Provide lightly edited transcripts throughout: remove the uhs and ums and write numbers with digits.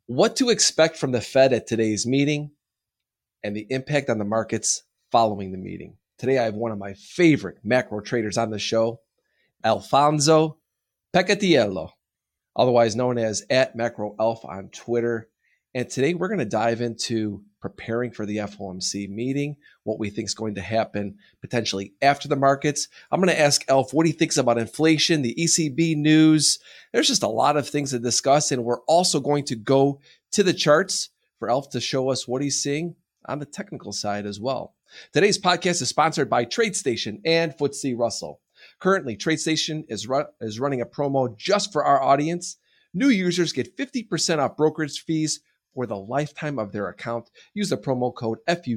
what to expect from the Fed at today's meeting, and the impact on the markets following the meeting. Today, I have one of my favorite macro traders on the show, Alfonso Peccatiello, otherwise known as @MacroElf on Twitter. And today we're going to dive into preparing for the FOMC meeting, what we think is going to happen potentially after the markets. I'm going to ask Elf what he thinks about inflation, the ECB news. There's just a lot of things to discuss. And we're also going to go to the charts for Elf to show us what he's seeing on the technical side as well. Today's podcast is sponsored by TradeStation and FTSE Russell. Currently, TradeStation is running a promo just for our audience. New users get 50% off brokerage fees for the lifetime of their account. Use the promo code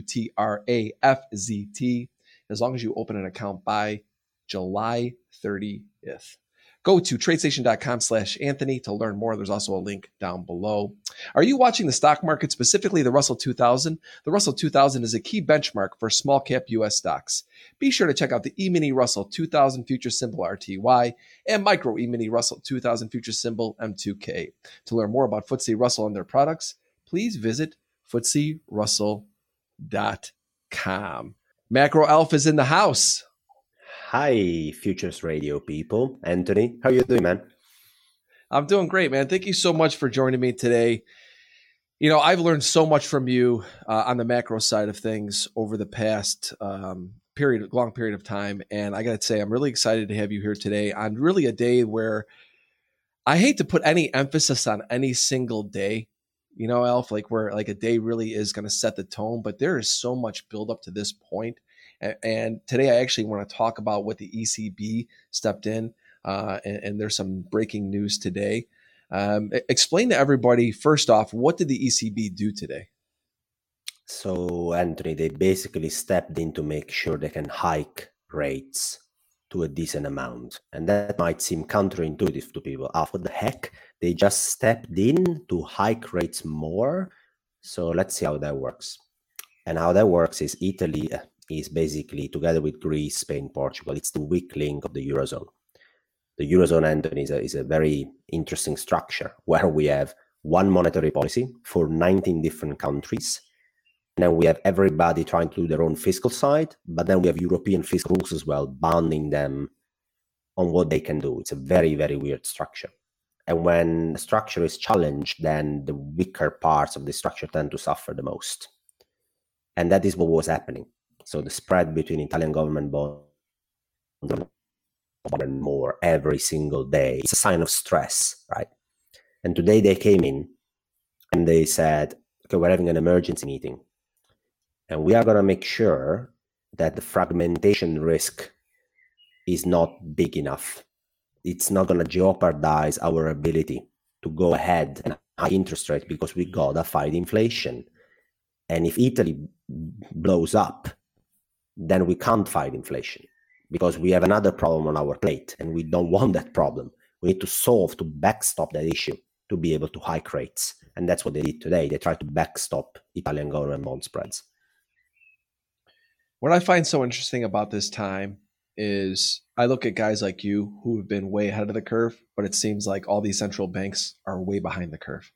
FUTRAFZT as long as you open an account by July 30th. Go to tradestation.com/Anthony to learn more. There's also a link down below. Are you watching the stock market, specifically the Russell 2000? The Russell 2000 is a key benchmark for small cap U.S. stocks. Be sure to check out the E-mini Russell 2000 future symbol RTY and micro E-mini Russell 2000 future symbol M2K. To learn more about FTSE Russell and their products, please visit FTSERussell.com. Macro Elf is in the house. Hi, Futures Radio people. Anthony, how you doing, man? I'm doing great, man. Thank you so much for joining me today. You know, I've learned so much from you on the macro side of things over the past long period of time. And I got to say, I'm really excited to have you here today on really a day where I hate to put any emphasis on any single day, you know, Alf, like where like a day really is going to set the tone, but there is so much build up to this point. And today I actually want to talk about what the ECB stepped in, and there's some breaking news today. Explain to everybody, first off, what did the ECB do today? So, Anthony, they basically stepped in to make sure they can hike rates to a decent amount. And that might seem counterintuitive to people. What the heck? They just stepped in to hike rates more. So let's see how that works. And how that works is Italy is basically, together with Greece, Spain, Portugal, it's the weak link of the Eurozone. The Eurozone, Anthony, is a very interesting structure where we have one monetary policy for 19 different countries. And then we have everybody trying to do their own fiscal side, but then we have European fiscal rules as well, bounding them on what they can do. It's a very, very weird structure. And when the structure is challenged, then the weaker parts of the structure tend to suffer the most. And that is what was happening. So the spread between Italian government bonds and more every single day, it's a sign of stress, right? And today they came in and they said, okay, we're having an emergency meeting. And we are going to make sure that the fragmentation risk is not big enough. It's not going to jeopardize our ability to go ahead and high interest rates because we got to fight inflation. And if Italy blows up, then we can't fight inflation because we have another problem on our plate and we don't want that problem. We need to backstop that issue to be able to hike rates. And that's what they did today. They tried to backstop Italian government bond spreads. What I find so interesting about this time is I look at guys like you who have been way ahead of the curve, but it seems like all these central banks are way behind the curve.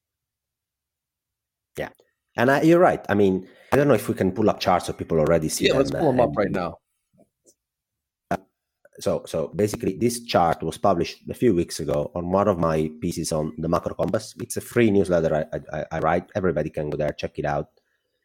Yeah. And you're right. I mean, I don't know if we can pull up charts so people already see them. Yeah, let's pull them up right now. So basically, this chart was published a few weeks ago on one of my pieces on the Macro Compass. It's a free newsletter I write. Everybody can go there, check it out.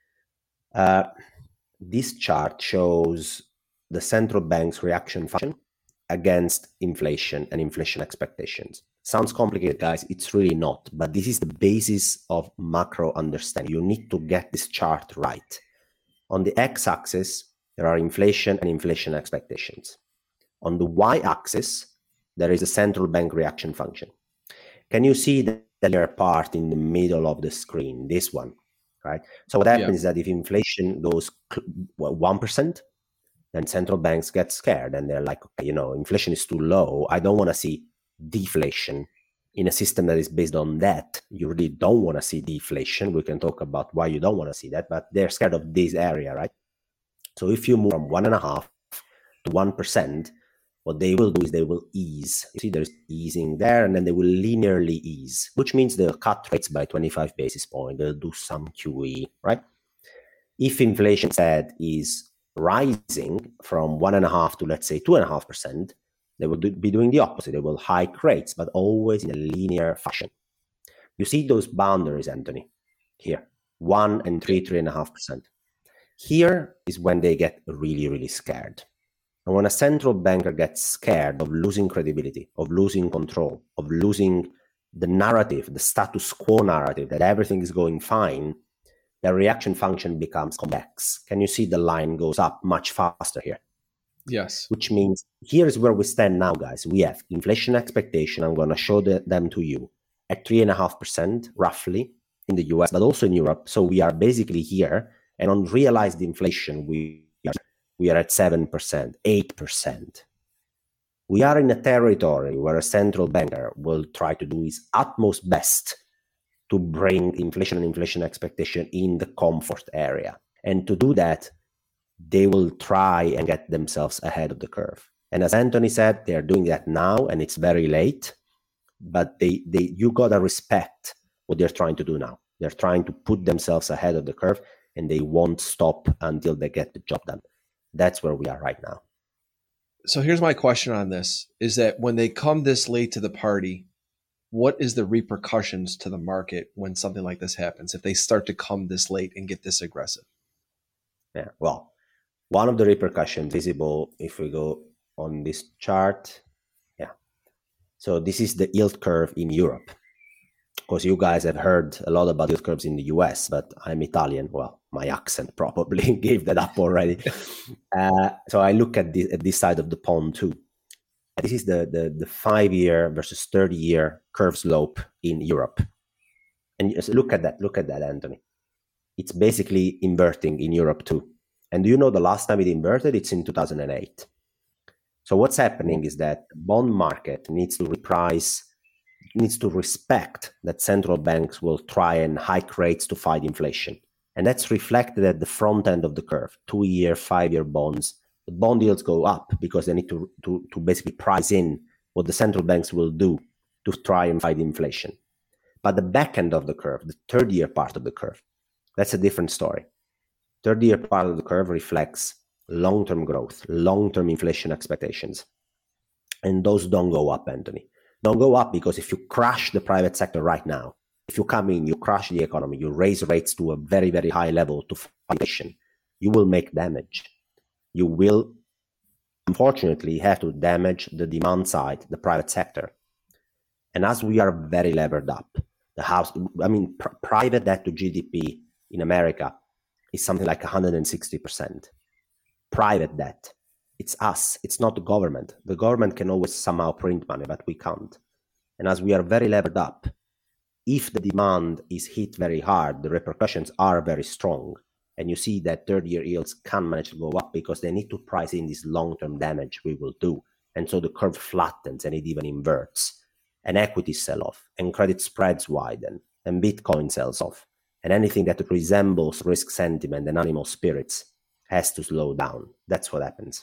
This chart shows the central bank's reaction function against inflation and inflation expectations. Sounds complicated, guys. It's really not. But this is the basis of macro understanding. You need to get this chart right. On the x-axis, there are inflation and inflation expectations. On the y-axis, there is a central bank reaction function. Can you see the part in the middle of the screen? This one, right? So what happens is that if inflation goes 1%, then central banks get scared and they're like, okay, inflation is too low. I don't want to see deflation in a system that is based on that. You really don't want to see deflation. We can talk about why you don't want to see that, but they're scared of this area, right? So if you move from 1.5 to 1%, What they will do is they will ease. You see there's easing there, and then they will linearly ease, which means they'll cut rates by 25 basis points. They'll do some QE, right? If inflation instead is rising from 1.5% to, let's say, 2.5%, they will be doing the opposite. They will hike rates, but always in a linear fashion. You see those boundaries, Anthony, here, 1 and 3.5%. Here is when they get really, really scared. And when a central banker gets scared of losing credibility, of losing control, of losing the narrative, the status quo narrative that everything is going fine, the reaction function becomes complex. Can you see the line goes up much faster here? Yes. Which means here's where we stand now, guys. We have inflation expectation. I'm going to show them to you at 3.5% roughly in the US, but also in Europe. So we are basically here. And on realized inflation, we are at 7%, 8%. We are in a territory where a central banker will try to do his utmost best to bring inflation and inflation expectation in the comfort area. And to do that, they will try and get themselves ahead of the curve. And as Anthony said, they're doing that now, and it's very late. But you got to respect what they're trying to do now. They're trying to put themselves ahead of the curve, and they won't stop until they get the job done. That's where we are right now. So here's my question on this, is that when they come this late to the party, what is the repercussions to the market when something like this happens, if they start to come this late and get this aggressive? Yeah, well, one of the repercussions visible if we go on this chart. Yeah. So this is the yield curve in Europe. Of course, you guys have heard a lot about yield curves in the US, but I'm Italian. Well, my accent probably gave that up already. So I look at this side of the pond too. This is the 5-year versus 30-year curve slope in Europe. And just look at that, Anthony. It's basically inverting in Europe too. And do you know the last time it inverted? It's in 2008. So what's happening is that the bond market needs to respect that central banks will try and hike rates to fight inflation. And that's reflected at the front end of the curve. 2-year, 5-year bonds. The bond yields go up because they need to basically price in what the central banks will do to try and fight inflation. But the back end of the curve, the 3rd-year part of the curve, that's a different story. 3rd-year part of the curve reflects long-term growth, long-term inflation expectations. And those don't go up, Anthony. Don't go up because if you crash the private sector right now, if you come in, you crash the economy, you raise rates to a very, very high level to fight inflation, you will make damage. You will, unfortunately, have to damage the demand side, the private sector. And as we are very levered up, private debt to GDP in America is something like 160%. Private debt. It's us. It's not the government. The government can always somehow print money, but we can't. And as we are very levered up, if the demand is hit very hard, the repercussions are very strong. And you see that 3rd-year yields can manage to go up because they need to price in this long-term damage we will do. And so the curve flattens and it even inverts. And equities sell off, and credit spreads widen, and Bitcoin sells off. And anything that resembles risk sentiment and animal spirits has to slow down. That's what happens.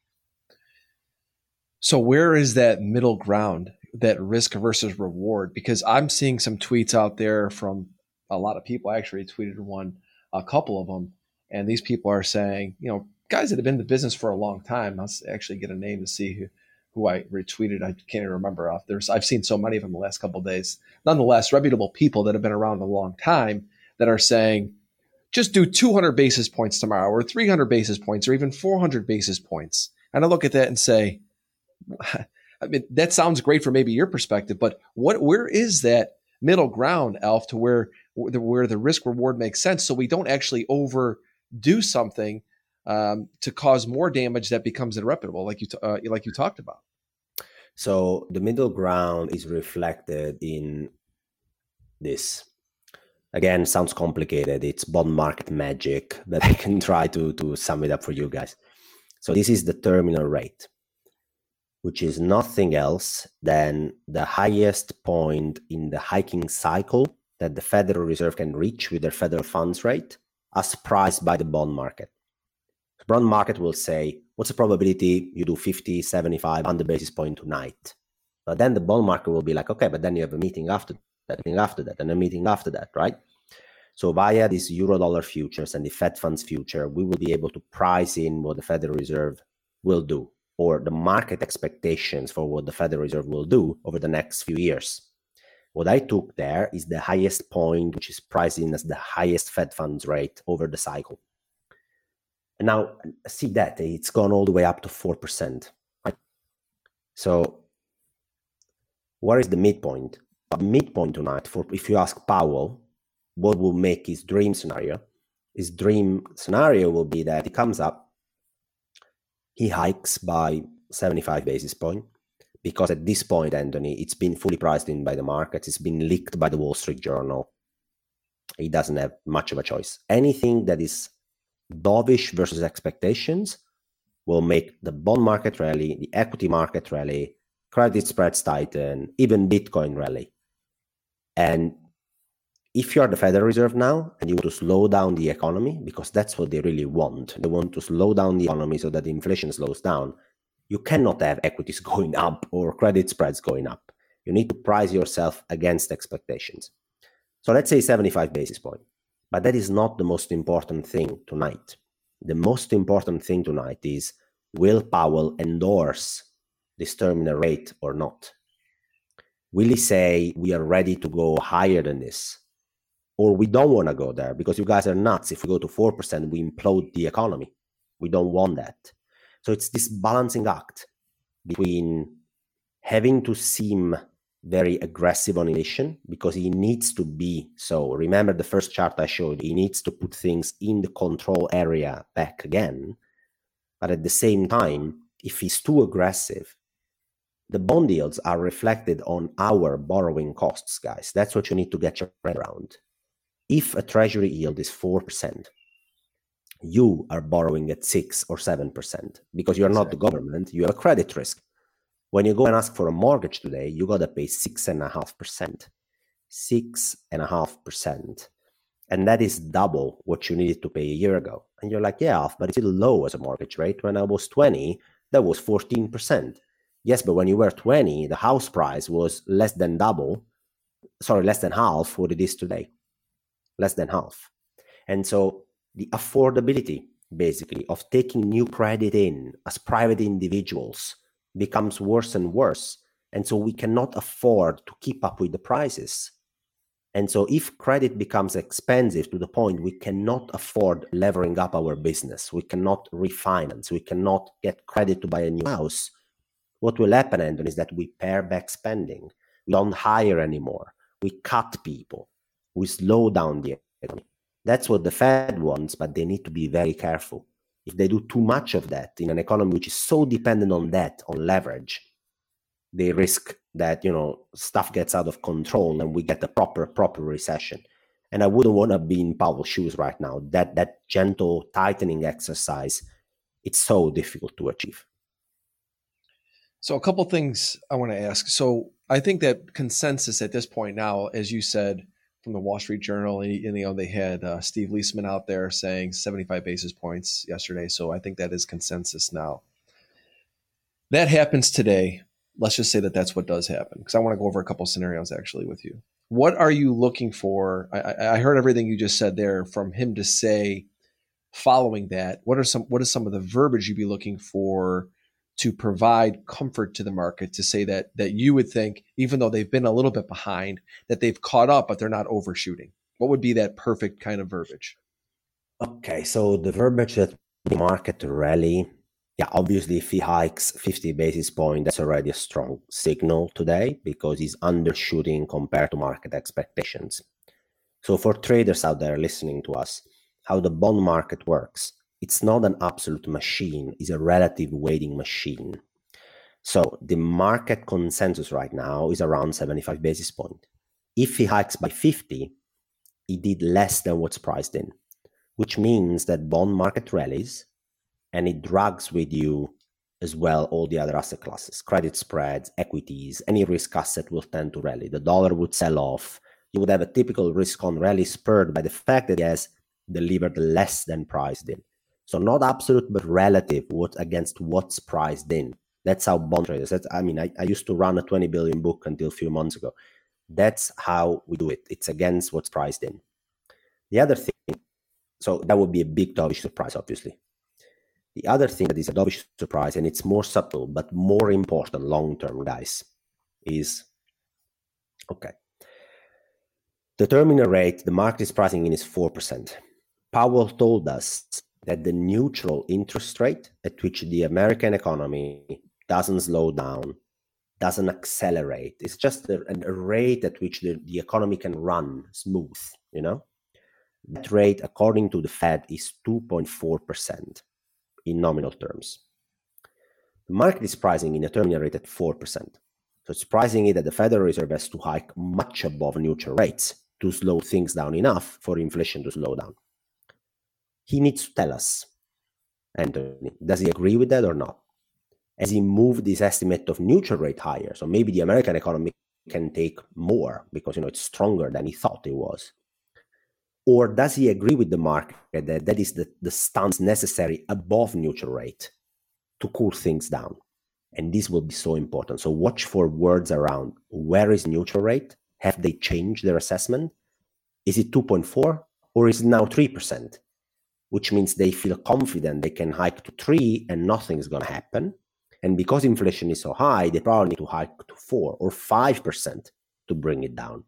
So where is that middle ground, that risk versus reward? Because I'm seeing some tweets out there from a lot of people. I actually tweeted a couple of them, and these people are saying, guys that have been in the business for a long time. I'll actually get a name to see who I retweeted. I can't even remember. I've seen so many of them the last couple of days. Nonetheless, reputable people that have been around a long time that are saying, just do 200 basis points tomorrow, or 300 basis points, or even 400 basis points. And I look at that and say, I mean, that sounds great from maybe your perspective, but where is that middle ground, Alf, to where the risk reward makes sense, so we don't actually overdo something to cause more damage that becomes irreparable, like you talked about? So the middle ground is reflected in this. Again, sounds complicated. It's bond market magic, but I can try to sum it up for you guys. So this is the terminal rate, which is nothing else than the highest point in the hiking cycle that the Federal Reserve can reach with their federal funds rate as priced by the bond market. The bond market will say, what's the probability you do 50, 75, 100 basis point tonight? But then the bond market will be like, okay, but then you have a meeting after that, and a meeting after that, right? So via these Eurodollar futures and the Fed funds future, we will be able to price in what the Federal Reserve will do, or the market expectations for what the Federal Reserve will do over the next few years. What I took there is the highest point, which is priced in as the highest Fed funds rate over the cycle. And now see that it's gone all the way up to 4%. Right? So where is the midpoint? A midpoint tonight, for if you ask Powell, what will make his dream scenario? His dream scenario will be that he comes up, he hikes by 75 basis points, because at this point, Anthony, it's been fully priced in by the markets. It's been leaked by the Wall Street Journal. He doesn't have much of a choice. Anything that is dovish versus expectations will make the bond market rally, the equity market rally, credit spreads tighten, even Bitcoin rally. And if you're the Federal Reserve now and you want to slow down the economy, because that's what they really want, they want to slow down the economy so that the inflation slows down, you cannot have equities going up or credit spreads going up. You need to price yourself against expectations. So let's say 75 basis points. But that is not the most important thing tonight. The most important thing tonight is, will Powell endorse this terminal rate or not? Will he say we are ready to go higher than this? Or we don't want to go there because you guys are nuts. If we go to 4%, we implode the economy. We don't want that. So it's this balancing act between having to seem very aggressive on inflation because he needs to be so. Remember the first chart I showed, he needs to put things in the control area back again. But at the same time, if he's too aggressive, the bond yields are reflected on our borrowing costs, guys. That's what you need to get your head around. If a treasury yield is 4%, you are borrowing at 6 or 7% because you're not the government, you have a credit risk. When you go and ask for a mortgage today, you got to pay 6.5%. 6.5%. And that is double what you needed to pay a year ago. And you're like, yeah, but it's still low as a mortgage rate. When I was 20, that was 14%. Yes, but when you were 20, the house price was less than half what it is today. Less than half. And so the affordability, basically, of taking new credit in as private individuals becomes worse and worse. And so we cannot afford to keep up with the prices. And so if credit becomes expensive to the point we cannot afford levering up our business, we cannot refinance, we cannot get credit to buy a new house, what will happen, Anthony, is that we pare back spending. We don't hire anymore. We cut people. We slow down the economy. That's what the Fed wants, but they need to be very careful. If they do too much of that in an economy which is so dependent on that, on leverage, they risk that, stuff gets out of control and we get a proper recession. And I wouldn't want to be in Powell's shoes right now. That gentle tightening exercise, it's so difficult to achieve. So a couple things I want to ask. So I think that consensus at this point now, as you said, from the Wall Street Journal, and they had Steve Leisman out there saying 75 basis points yesterday. So I think that is consensus now. That happens today. Let's just say that that's what does happen, because I want to go over a couple scenarios actually with you. What are you looking for? I heard everything you just said there from him to say following that. What is some of the verbiage you'd be looking for to provide comfort to the market, to say that you would think, even though they've been a little bit behind, that they've caught up, but they're not overshooting? What would be that perfect kind of verbiage? Okay, so the verbiage that the market rally, obviously if he hikes 50 basis points, that's already a strong signal today because he's undershooting compared to market expectations. So for traders out there listening to us, how the bond market works, it's not an absolute machine, it's a relative weighting machine. So the market consensus right now is around 75 basis points. If he hikes by 50, he did less than what's priced in, which means that bond market rallies and it drags with you as well all the other asset classes, credit spreads, equities, any risk asset will tend to rally. The dollar would sell off. You would have a typical risk on rally spurred by the fact that he has delivered less than priced in. So not absolute, but relative, what against what's priced in. That's how bond traders. I used to run a 20 billion book until a few months ago. That's how we do it. It's against what's priced in. The other thing, so that would be a big dovish surprise, obviously. The other thing that is a dovish surprise, and it's more subtle but more important long-term, guys, is, okay, the terminal rate the market is pricing in is 4%. Powell told us that the neutral interest rate at which the American economy doesn't slow down, doesn't accelerate, it's just a rate at which the economy can run smooth, you know? That rate, according to the Fed, is 2.4% in nominal terms. The market is pricing in a terminal rate at 4%. So it's pricing it that the Federal Reserve has to hike much above neutral rates to slow things down enough for inflation to slow down. He needs to tell us, Anthony, does he agree with that or not? Has he moved his estimate of neutral rate higher? So maybe the American economy can take more because, it's stronger than he thought it was. Or does he agree with the market that that is the stance necessary above neutral rate to cool things down? And this will be so important. So watch for words around where is neutral rate? Have they changed their assessment? Is it 2.4 or is it now 3%? Which means they feel confident they can hike to 3 and nothing is going to happen. And because inflation is so high, they probably need to hike to 4 or 5% to bring it down.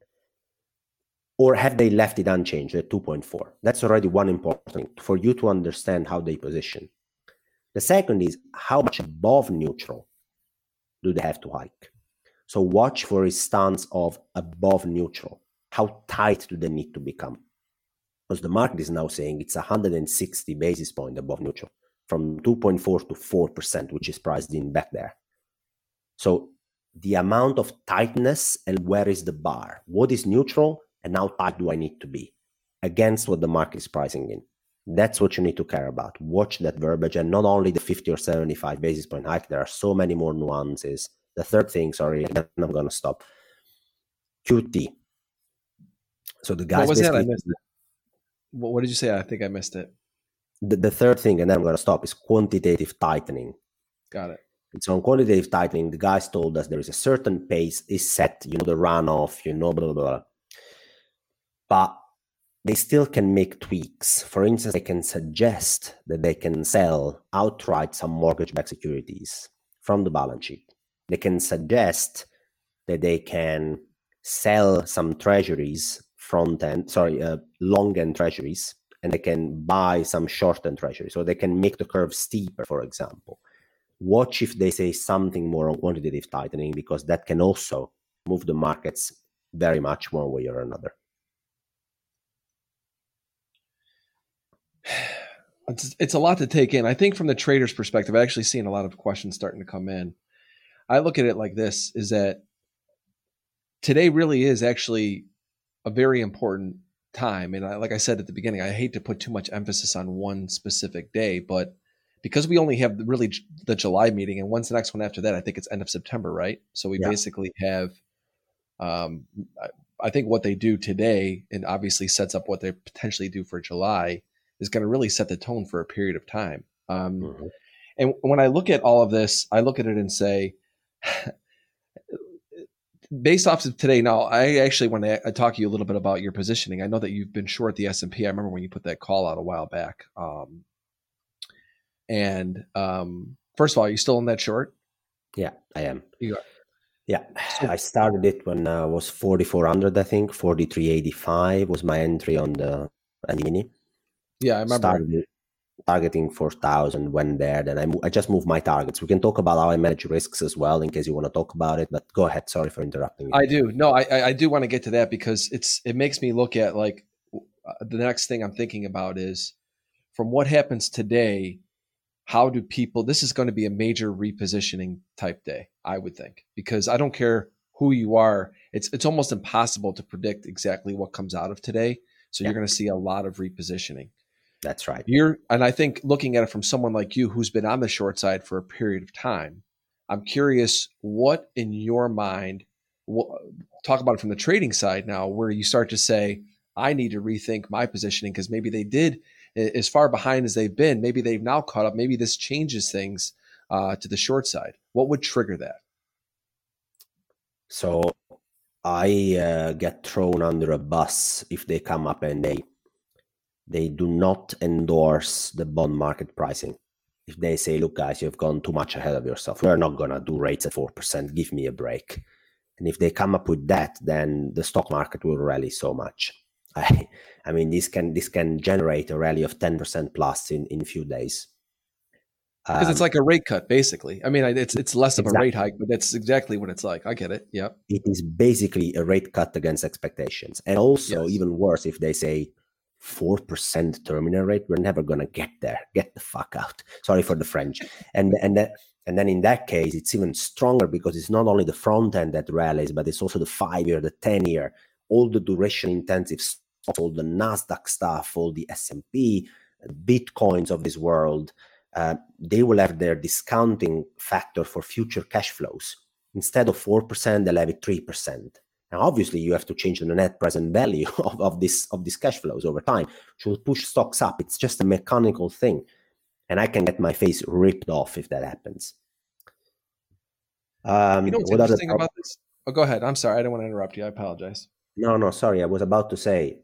Or have they left it unchanged at 2.4? That's already one important thing for you to understand how they position. The second is how much above neutral do they have to hike? So watch for his stance of above neutral. How tight do they need to become? Because the market is now saying it's 160 basis points above neutral, from 2.4 to 4%, which is priced in back there. So the amount of tightness and where is the bar? What is neutral and how tight do I need to be against what the market is pricing in? That's what you need to care about. Watch that verbiage, and not only the 50 or 75 basis point hike, there are so many more nuances. The third thing, sorry, and then I'm going to stop. QT. So the guys what was that? I missed it. What did you say? I think I missed it. The third thing, and then I'm going to stop, is quantitative tightening. Got it. And so on quantitative tightening, the guys told us there is a certain pace is set, the runoff, blah, blah, blah. But they still can make tweaks. For instance, they can suggest that they can sell outright some mortgage-backed securities from the balance sheet. They can suggest that they can sell some treasuries long-end treasuries, and they can buy some short-end treasuries. So they can make the curve steeper, for example. Watch if they say something more on quantitative tightening, because that can also move the markets very much one way or another. It's a lot to take in. I think from the trader's perspective, I've actually seen a lot of questions starting to come in. I look at it like this, is that today really is actually a very important time. And like I said at the beginning, I hate to put too much emphasis on one specific day, but because we only have really the July meeting, and when's the next one after that? I think it's end of September, right? So we basically have, I think what they do today, and obviously sets up what they potentially do for July, is going to really set the tone for a period of time. And when I look at all of this, I look at it and say, based off of today, now I actually want to talk to you a little bit about your positioning. I know that you've been short the S&P. I remember when you put that call out a while back. First of all, are you still in that short? Yeah, I am. You are. Yeah, I started it when I was 4,400, I think. 4,385 was my entry on the mini. Yeah, I remember. Started targeting 4,000, went there. Then I just moved my targets. We can talk about how I manage risks as well, in case you want to talk about it. But go ahead. Sorry for interrupting you. I do. No, I do want to get to that, because it makes me look at, like, the next thing I'm thinking about is, from what happens today, how do people, this is going to be a major repositioning type day, I would think, because I don't care who you are. It's almost impossible to predict exactly what comes out of today. So you're going to see a lot of repositioning. That's right. And I think looking at it from someone like you, who's been on the short side for a period of time, I'm curious what in your mind, talk about it from the trading side now, where you start to say, I need to rethink my positioning, because maybe they did as far behind as they've been. Maybe they've now caught up. Maybe this changes things to the short side. What would trigger that? So I get thrown under a bus if they come up and they do not endorse the bond market pricing. If they say, look, guys, you've gone too much ahead of yourself. We're not going to do rates at 4%. Give me a break. And if they come up with that, then the stock market will rally so much. I mean, this can generate a rally of 10% plus in a few days. Because it's like a rate cut, basically. I mean, it's less of exactly. a rate hike, but that's exactly what it's like. I get it. Yeah. It is basically a rate cut against expectations. And also, even worse, if they say 4% terminal rate, we're never going to get there. Get the fuck out. Sorry for the French. And then in that case, it's even stronger because it's not only the front end that rallies, but it's also the 5-year, the 10-year, all the duration intensive stuff, all the NASDAQ stuff, all the S&P, Bitcoins of this world. They will have their discounting factor for future cash flows. Instead of 4%, they'll have it 3%. Now, obviously, you have to change the net present value of this cash flows over time, which will push stocks up. It's just a mechanical thing. And I can get my face ripped off if that happens. You know what's interesting about this? Oh, go ahead. I'm sorry. I don't want to interrupt you. I apologize. No, sorry. I was about to say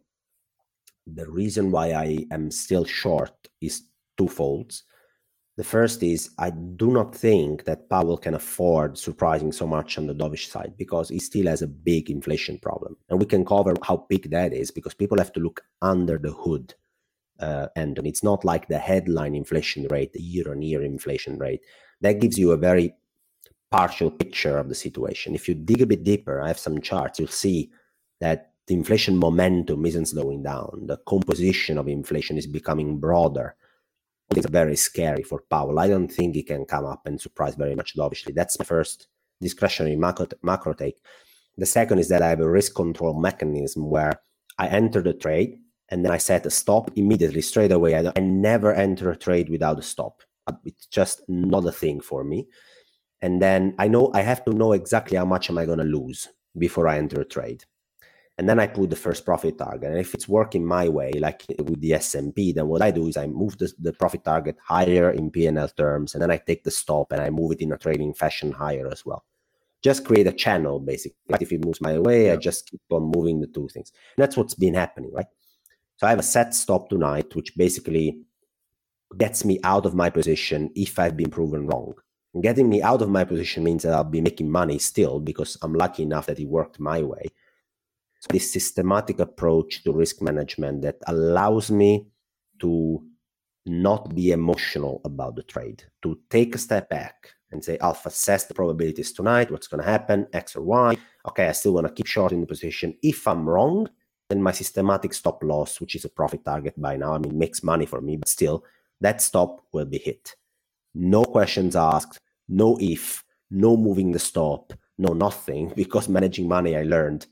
the reason why I am still short is twofold. The first is I do not think that Powell can afford surprising so much on the dovish side because he still has a big inflation problem. And we can cover how big that is because people have to look under the hood. And it's not like the headline inflation rate, the year-on-year inflation rate. That gives you a very partial picture of the situation. If you dig a bit deeper, I have some charts, you'll see that the inflation momentum isn't slowing down. The composition of inflation is becoming broader. It's very scary for Powell. I don't think he can come up and surprise very much dovishly. That's my first discretionary macro take. The second is that I have a risk control mechanism where I enter the trade and then I set a stop immediately, straight away. I never enter a trade without a stop. It's just not a thing for me. And then I know I have to know exactly how much am I going to lose before I enter a trade. And then I put the first profit target. And if it's working my way, like with the S&P, then what I do is I move the profit target higher in P&L terms, and then I take the stop and I move it in a trading fashion higher as well. Just create a channel, basically. Like if it moves my way, I just keep on moving the two things. And that's what's been happening, right? So I have a set stop tonight, which basically gets me out of my position if I've been proven wrong. And getting me out of my position means that I'll be making money still because I'm lucky enough that it worked my way. So this systematic approach to risk management that allows me to not be emotional about the trade, to take a step back and say, I'll assess the probabilities tonight, what's going to happen, X or Y. Okay, I still want to keep short in the position. If I'm wrong, then my systematic stop loss, which is a profit target by now, I mean, makes money for me, but still, that stop will be hit. No questions asked, no if, no moving the stop, no nothing, because managing money, I learned,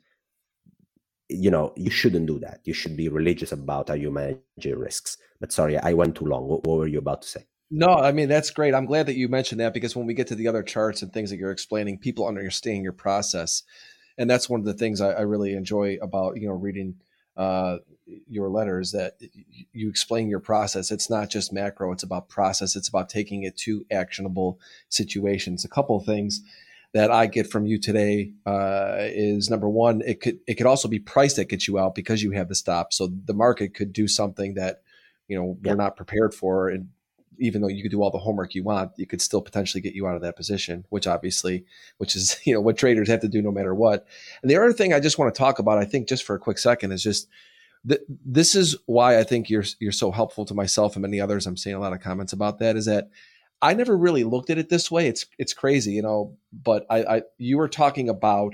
you shouldn't do that. You should be religious about how you manage your risks. But sorry, I went too long. What were you about to say? No, I mean, that's great. I'm glad that you mentioned that because when we get to the other charts and things that you're explaining, people understand your process. And that's one of the things I really enjoy about, reading your letters, that you explain your process. It's not just macro, it's about process. It's about taking it to actionable situations. A couple of things that I get from you today is, number one, it could also be price that gets you out because you have the stop. So the market could do something that, we're not prepared for. And even though you could do all the homework you want, it could still potentially get you out of that position, which is, what traders have to do no matter what. And the other thing I just want to talk about, I think just for a quick second, is just this is why I think you're so helpful to myself and many others. I'm seeing a lot of comments about that, is that I never really looked at it this way. It's crazy, but you were talking about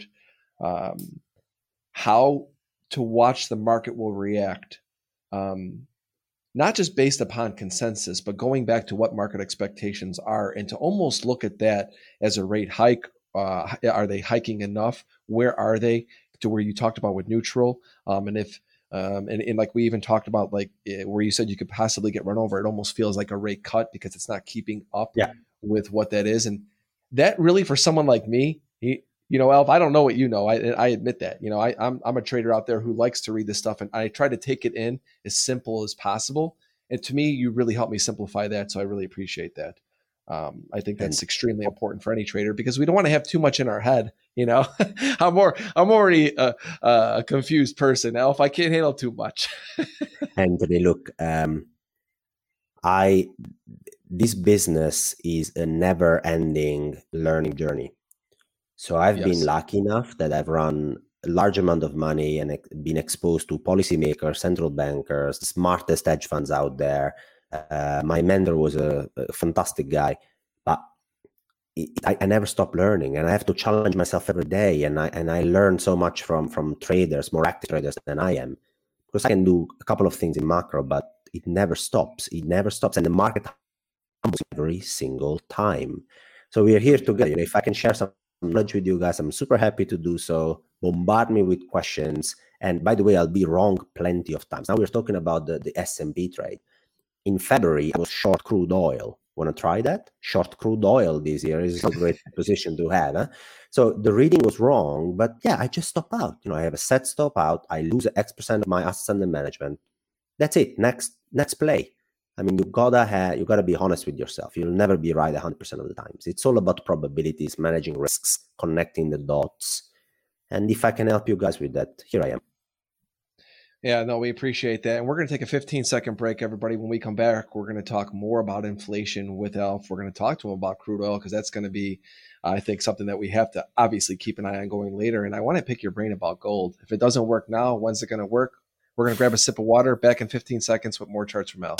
how to watch the market will react, not just based upon consensus, but going back to what market expectations are, and to almost look at that as a rate hike. Are they hiking enough? Where are they? To where you talked about with neutral, and if and like we even talked about, like where you said you could possibly get run over, it almost feels like a rate cut because it's not keeping up with what that is. And that really, for someone like me, Alf, I don't know what you know. I admit that. I'm a trader out there who likes to read this stuff, and I try to take it in as simple as possible. And to me, you really helped me simplify that. So I really appreciate that. I think that's extremely important for any trader because we don't want to have too much in our head. I'm already a confused person now if I can't handle too much. Anthony, look, this business is a never-ending learning journey. So I've been lucky enough that I've run a large amount of money and been exposed to policymakers, central bankers, the smartest hedge funds out there. My mentor was a fantastic guy, but I never stop learning, and I have to challenge myself every day. And I learn so much from traders, more active traders than I am, because I can do a couple of things in macro, but it never stops. It never stops, and the market humbles every single time. So we are here together. If I can share some knowledge with you guys, I'm super happy to do so. Bombard me with questions. And by the way, I'll be wrong plenty of times. Now we're talking about the S&P trade. In February, I was short crude oil. Want to try that? Short crude oil this year is a great position to have. Huh? So the reading was wrong, but yeah, I just stop out. I have a set stop out. I lose X% of my assets under management. That's it. Next play. I mean, you gotta be honest with yourself. You'll never be right 100% of the times. It's all about probabilities, managing risks, connecting the dots. And if I can help you guys with that, here I am. Yeah, no, we appreciate that. And we're going to take a 15-second break, everybody. When we come back, we're going to talk more about inflation with Alf. We're going to talk to him about crude oil because that's going to be, I think, something that we have to obviously keep an eye on going later. And I want to pick your brain about gold. If it doesn't work now, when's it going to work? We're going to grab a sip of water. Back in 15 seconds with more charts from Alf.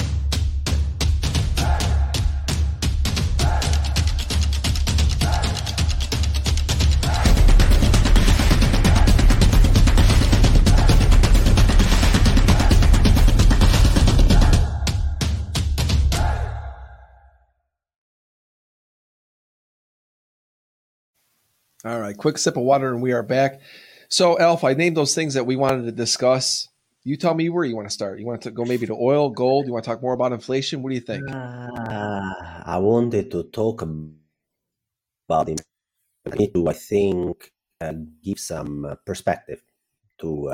All right, quick sip of water and we are back. So, Alf, I named those things that we wanted to discuss. You tell me where you want to start. You want to go maybe to oil, gold? You want to talk more about inflation? What do you think? I wanted to talk about it. I need to, I think, give some perspective to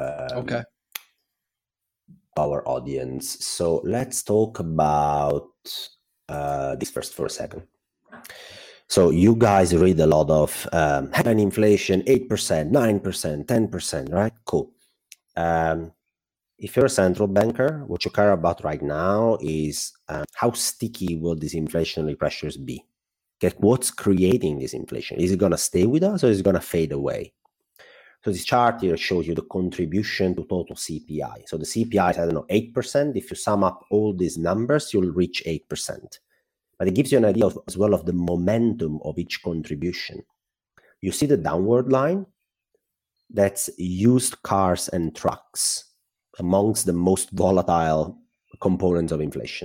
our audience. So let's talk about this first for a second. So you guys read a lot of headline inflation, 8%, 9%, 10%, right? Cool. If you're a central banker, what you care about right now is how sticky will these inflationary pressures be? Okay, what's creating this inflation? Is it going to stay with us or is it going to fade away? So this chart here shows you the contribution to total CPI. So the CPI is, 8%. If you sum up all these numbers, you'll reach 8%. But it gives you an idea as well of the momentum of each contribution. You see the downward line? That's used cars and trucks amongst the most volatile components of inflation.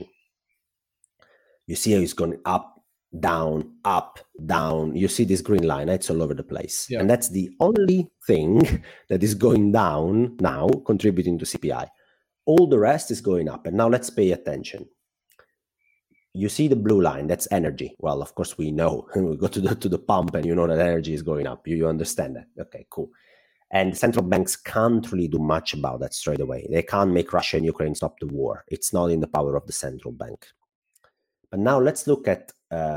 You see how it's going up, down, up, down. You see this green line, it's all over the place. Yeah. And that's the only thing that is going down now, contributing to CPI. All the rest is going up. And now let's pay attention. You see the blue line, that's energy. Well, of course, we know. We go to the pump and you know that energy is going up. You understand that. Okay, cool. And central banks can't really do much about that straight away. They can't make Russia and Ukraine stop the war. It's not in the power of the central bank. But now let's look at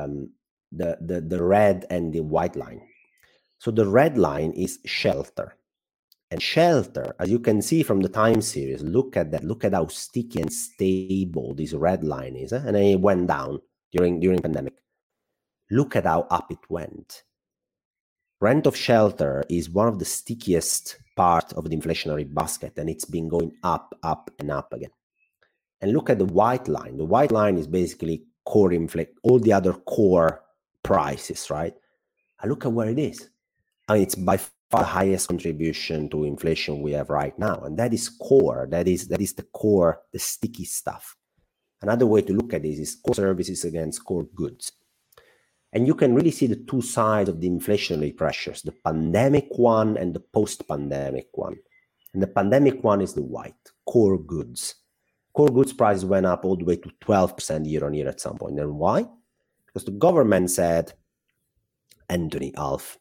the red and the white line. So the red line is shelter. And shelter, as you can see from the time series, look at that. Look at how sticky and stable this red line is. And then it went down during pandemic. Look at how up it went. Rent of shelter is one of the stickiest part of the inflationary basket, and it's been going up, up, and up again. And look at the white line. The white line is basically core inflation, all the other core prices, right? And look at where it is. I mean, it's by far the highest contribution to inflation we have right now. And that is core. That is the core, the sticky stuff. Another way to look at this is core services against core goods. And you can really see the two sides of the inflationary pressures, the pandemic one and the post-pandemic one. And the pandemic one is the white, core goods. Core goods prices went up all the way to 12% year on year at some point. And why? Because the government said, Anthony, Alf,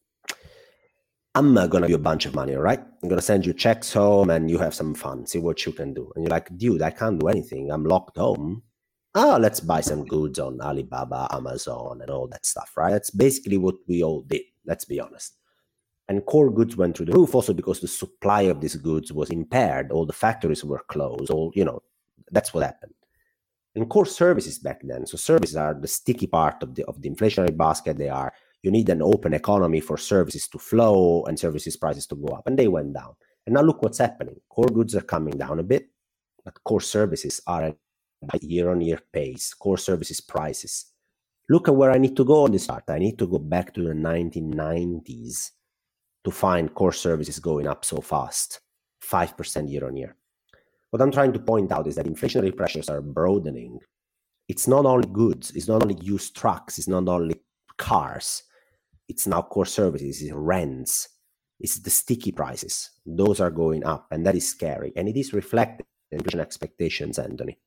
I'm going to give you a bunch of money, all right? I'm going to send you checks home and you have some fun. See what you can do. And you're like, dude, I can't do anything. I'm locked home. let's buy some goods on Alibaba, Amazon, and all that stuff, right? That's basically what we all did, let's be honest. And core goods went through the roof also because the supply of these goods was impaired. All the factories were closed. That's what happened. And core services back then. So services are the sticky part of the inflationary basket. You need an open economy for services to flow and services prices to go up. And they went down. And now look what's happening. Core goods are coming down a bit, but core services are at a year-on-year pace. Core services prices. Look at where I need to go on this chart. I need to go back to the 1990s to find core services going up so fast, 5% year on year. What I'm trying to point out is that inflationary pressures are broadening. It's not only goods, it's not only used trucks, it's not only cars, it's now core services, it's rents, it's the sticky prices. Those are going up, and that is scary. And it is reflected in inflation expectations, Anthony.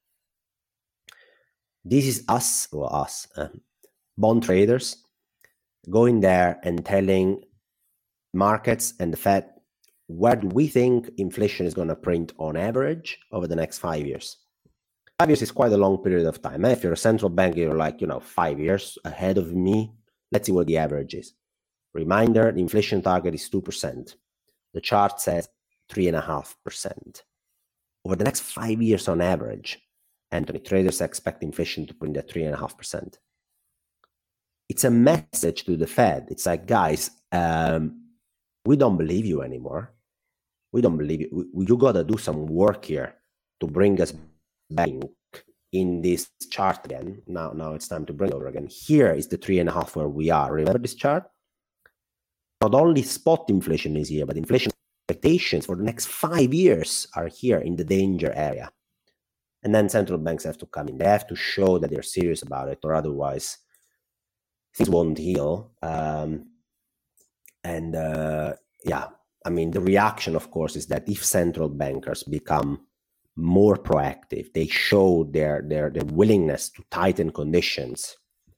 This is us, bond traders, going there and telling markets and the Fed where do we think inflation is going to print on average over the next 5 years. 5 years is quite a long period of time. If you're a central bank, you're like 5 years ahead of me. Let's see what the average is. Reminder, the inflation target is 2%. The chart says 3.5%. Over the next 5 years on average, Anthony, traders expect inflation to print at 3.5%. It's a message to the Fed. It's like, guys, we don't believe you anymore. We don't believe you. You got to do some work here to bring us back in this chart again. Now it's time to bring it over again. Here is the 3.5 where we are. Remember this chart? Not only spot inflation is here, but inflation expectations for the next 5 years are here in the danger area. And then central banks have to come in. They have to show that they're serious about it, or otherwise things won't heal. The reaction, of course, is that if central bankers become more proactive, they show their willingness to tighten conditions,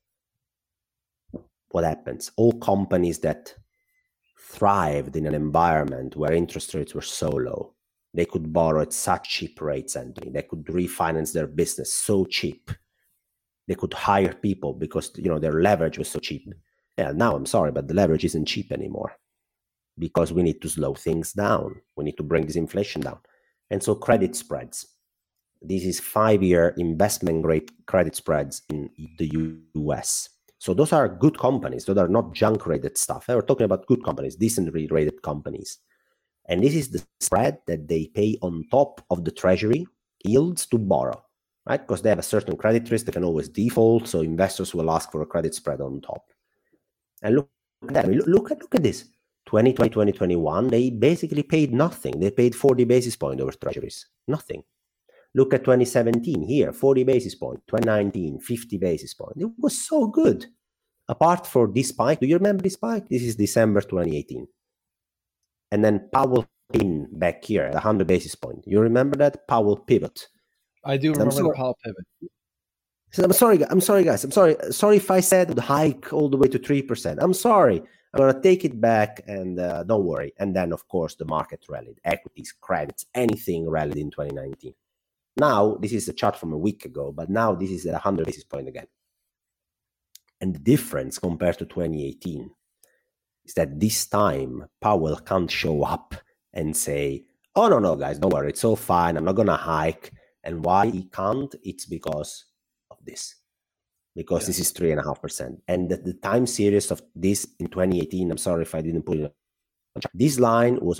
what happens? All companies that thrived in an environment where interest rates were so low, they could borrow at such cheap rates, Anthony. They could refinance their business so cheap. They could hire people because their leverage was so cheap. Yeah, now I'm sorry, but the leverage isn't cheap anymore because we need to slow things down. We need to bring this inflation down. And so credit spreads. This is 5-year investment grade credit spreads in the US. So those are good companies. Those are not junk rated stuff. We're talking about good companies, decently rated companies. And this is the spread that they pay on top of the treasury yields to borrow, right? Because they have a certain credit risk. They can always default. So investors will ask for a credit spread on top. And look at that. Look at this. 2020, 2021, they basically paid nothing. They paid 40 basis points over treasuries. Nothing. Look at 2017 here, 40 basis points. 2019, 50 basis points. It was so good. Apart from this spike, do you remember this spike? This is December 2018. And then Powell in back here at 100 basis points. You remember that? Powell pivot. I do remember the Powell pivot. I'm sorry, guys. I'm sorry. Sorry if I said the hike all the way to 3%. I'm sorry. I'm going to take it back and don't worry. And then, of course, the market rallied. Equities, credits, anything rallied in 2019. Now, this is a chart from a week ago, but now this is at 100 basis points again. And the difference compared to 2018 is that this time, Powell can't show up and say, oh, no, guys, don't worry. It's all fine. I'm not going to hike. And why he can't? It's because of this. Because this is 3.5%. And the time series of this in 2018, I'm sorry if I didn't put it on. This line was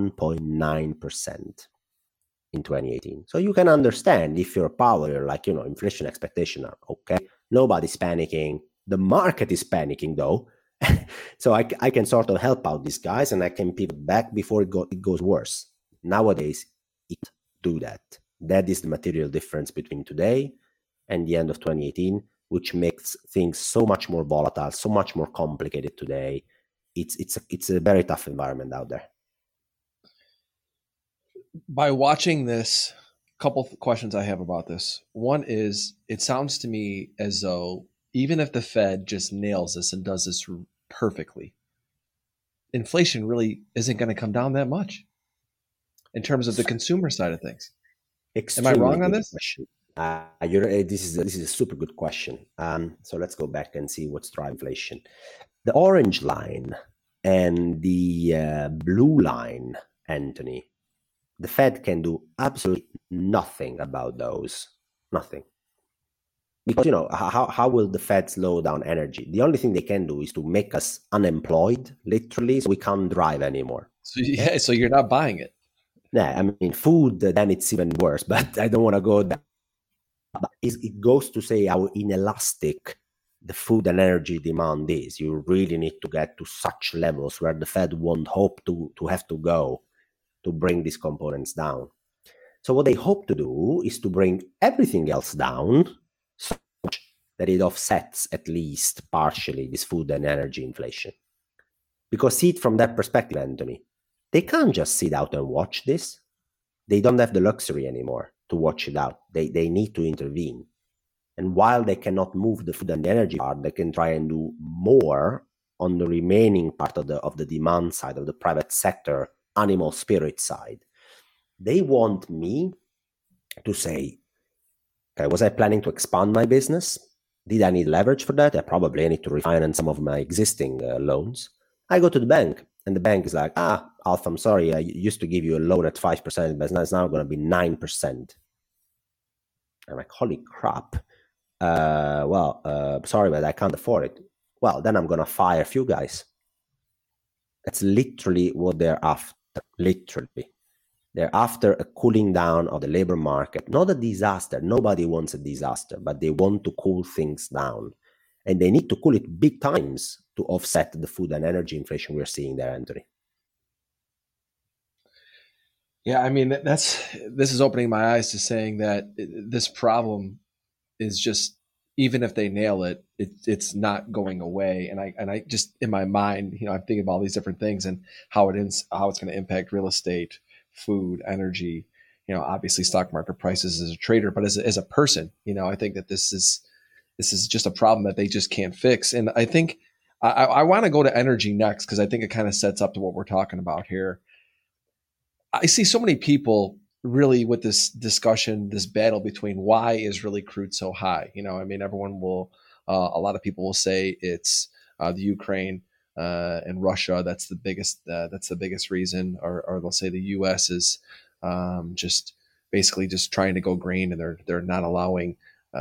1.9% in 2018. So you can understand if you're Powell, you're like, inflation expectations are okay. Nobody's panicking. The market is panicking though. So I can sort of help out these guys and I can pivot back before it goes worse. Nowadays, it do that. That is the material difference between today and the end of 2018. Which makes things so much more volatile, so much more complicated today. It's a very tough environment out there. By watching this, a couple of questions I have about this. One is, it sounds to me as though even if the Fed just nails this and does this perfectly, inflation really isn't going to come down that much in terms of the consumer side of things. Am I wrong on this? This is a super good question. So let's go back and see what's driving inflation. The orange line and the blue line, Anthony, the Fed can do absolutely nothing about those. Nothing. Because, how will the Fed slow down energy? The only thing they can do is to make us unemployed, literally, so we can't drive anymore. So you're not buying it. Yeah, I mean, food, then it's even worse, but I don't want to go there. But it goes to say how inelastic the food and energy demand is. You really need to get to such levels where the Fed won't hope to have to go to bring these components down. So what they hope to do is to bring everything else down so much that it offsets at least partially this food and energy inflation. Because see it from that perspective, Anthony, they can't just sit out and watch this. They don't have the luxury anymore to watch it out. They need to intervene. And while they cannot move the food and the energy part, they can try and do more on the remaining part of the demand side, of the private sector, animal spirit side. They want me to say, okay, was I planning to expand my business? Did I need leverage for that? I probably need to refinance some of my existing loans. I go to the bank, and the bank is like, Alf, I'm sorry, I used to give you a loan at 5%, but it's now going to be 9%. I'm like, holy crap. Sorry, but I can't afford it. Well, then I'm going to fire a few guys. That's literally what they're after. Literally. They're after a cooling down of the labor market. Not a disaster. Nobody wants a disaster, but they want to cool things down. And they need to cool it big times to offset the food and energy inflation we're seeing there, Anthony. Yeah, I mean, this is opening my eyes to saying that this problem is just, even if they nail it, it's not going away. And I just, in my mind, I'm thinking about all these different things and how it's going to impact real estate, food, energy, obviously stock market prices as a trader, but as a person, I think that this is just a problem that they just can't fix. And I think I want to go to energy next, because I think it kind of sets up to what we're talking about here. I see so many people really with this discussion, this battle between why is really crude so high. Everyone will, a lot of people will say it's the Ukraine and Russia. That's the biggest reason, or they'll say the U.S. is just basically just trying to go green, and they're not allowing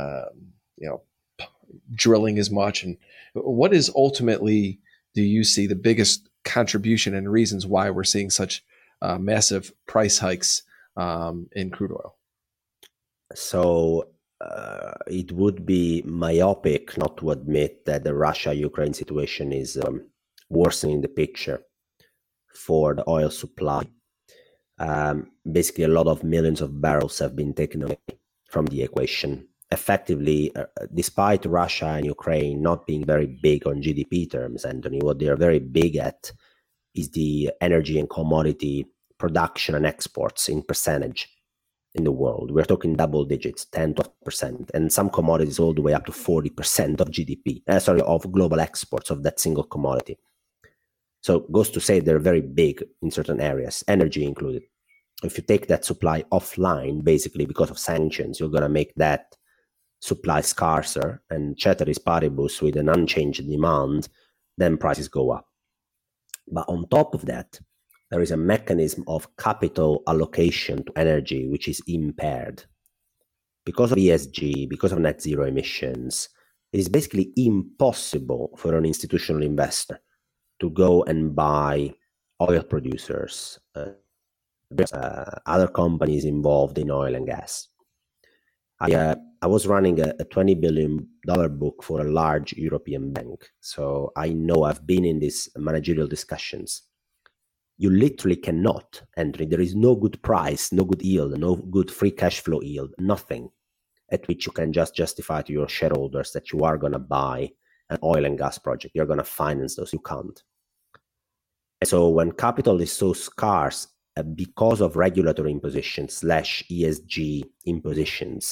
drilling as much. And what is ultimately, do you see the biggest contribution and reasons why we're seeing such massive price hikes in crude oil? So it would be myopic not to admit that the Russia-Ukraine situation is worsening the picture for the oil supply. Basically, a lot of millions of barrels have been taken away from the equation. Effectively, despite Russia and Ukraine not being very big on GDP terms, Anthony, what they are very big at is the energy and commodity production and exports in percentage in the world. We're talking double digits, 10 to 12%, and some commodities all the way up to 40% of GDP, of global exports of that single commodity. So it goes to say they're very big in certain areas, energy included. If you take that supply offline, basically because of sanctions, you're going to make that supply scarcer, and ceteris paribus, with an unchanged demand, then prices go up. But on top of that, there is a mechanism of capital allocation to energy which is impaired. Because of ESG, because of net zero emissions, it is basically impossible for an institutional investor to go and buy oil producers, other companies involved in oil and gas. I was running a $20 billion book for a large European bank. So I know, I've been in these managerial discussions. You literally cannot enter. There is no good price, no good yield, no good free cash flow yield, nothing at which you can just justify to your shareholders that you are going to buy an oil and gas project. You're going to finance those. You can't. And so when capital is so scarce because of regulatory impositions / ESG impositions,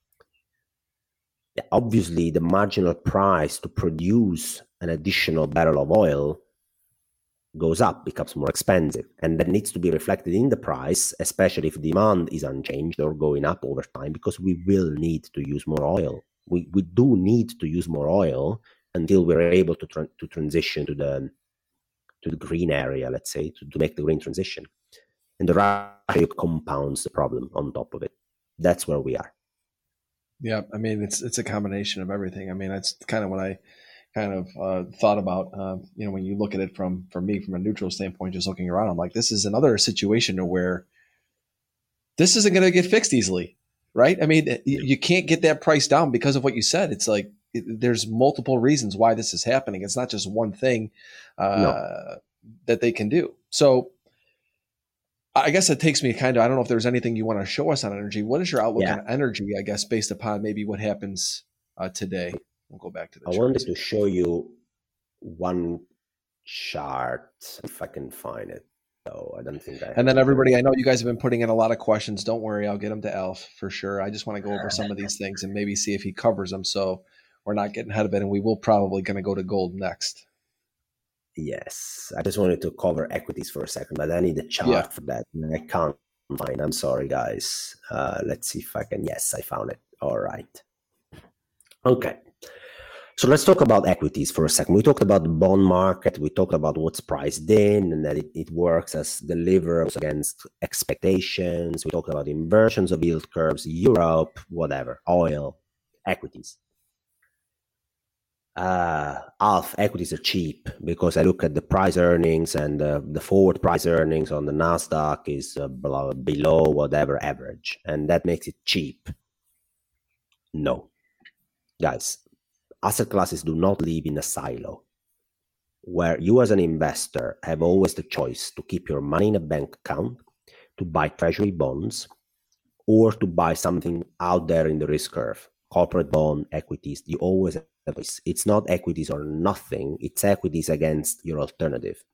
obviously the marginal price to produce an additional barrel of oil goes up, becomes more expensive, and that needs to be reflected in the price, especially if demand is unchanged or going up over time, because we will need to use more oil. We do need to use more oil until we're able to transition to the green area, let's say, to make the green transition. And the Russia compounds the problem on top of it. That's where we are. Yeah, I mean, it's a combination of everything. I mean, that's kind of what I kind of thought about. When you look at it from me, from a neutral standpoint, just looking around, I'm like, this is another situation where this isn't going to get fixed easily, right? I mean, you can't get that price down because of what you said. It's like there's multiple reasons why this is happening. It's not just one thing that they can do. So I guess it takes me kind of, I don't know if there's anything you want to show us on energy. What is your outlook on energy, I guess, based upon maybe what happens today? We'll go back to the charts. I wanted to show you one chart, if I can find it. So I don't think I. And then everybody, I know you guys have been putting in a lot of questions. Don't worry, I'll get them to Alf for sure. I just want to go over some of these things and maybe see if he covers them, so we're not getting ahead of it. And we will probably going to go to gold next. Yes, I just wanted to cover equities for a second, but I need a chart for that, and I can't find. I'm sorry, guys. Let's see if I can. Yes, I found it. All right. Okay. So let's talk about equities for a second. We talked about the bond market. We talked about what's priced in and that it works as the lever against expectations. We talked about inversions of yield curves, Europe, whatever, oil, equities. Equities are cheap because I look at the price earnings, and the forward price earnings on the NASDAQ is below whatever average, and that makes it cheap. No, guys. Asset classes do not live in a silo where you as an investor have always the choice to keep your money in a bank account, to buy treasury bonds, or to buy something out there in the risk curve, corporate bond, equities. You always have a choice. It's not equities or nothing. It's equities against your alternative.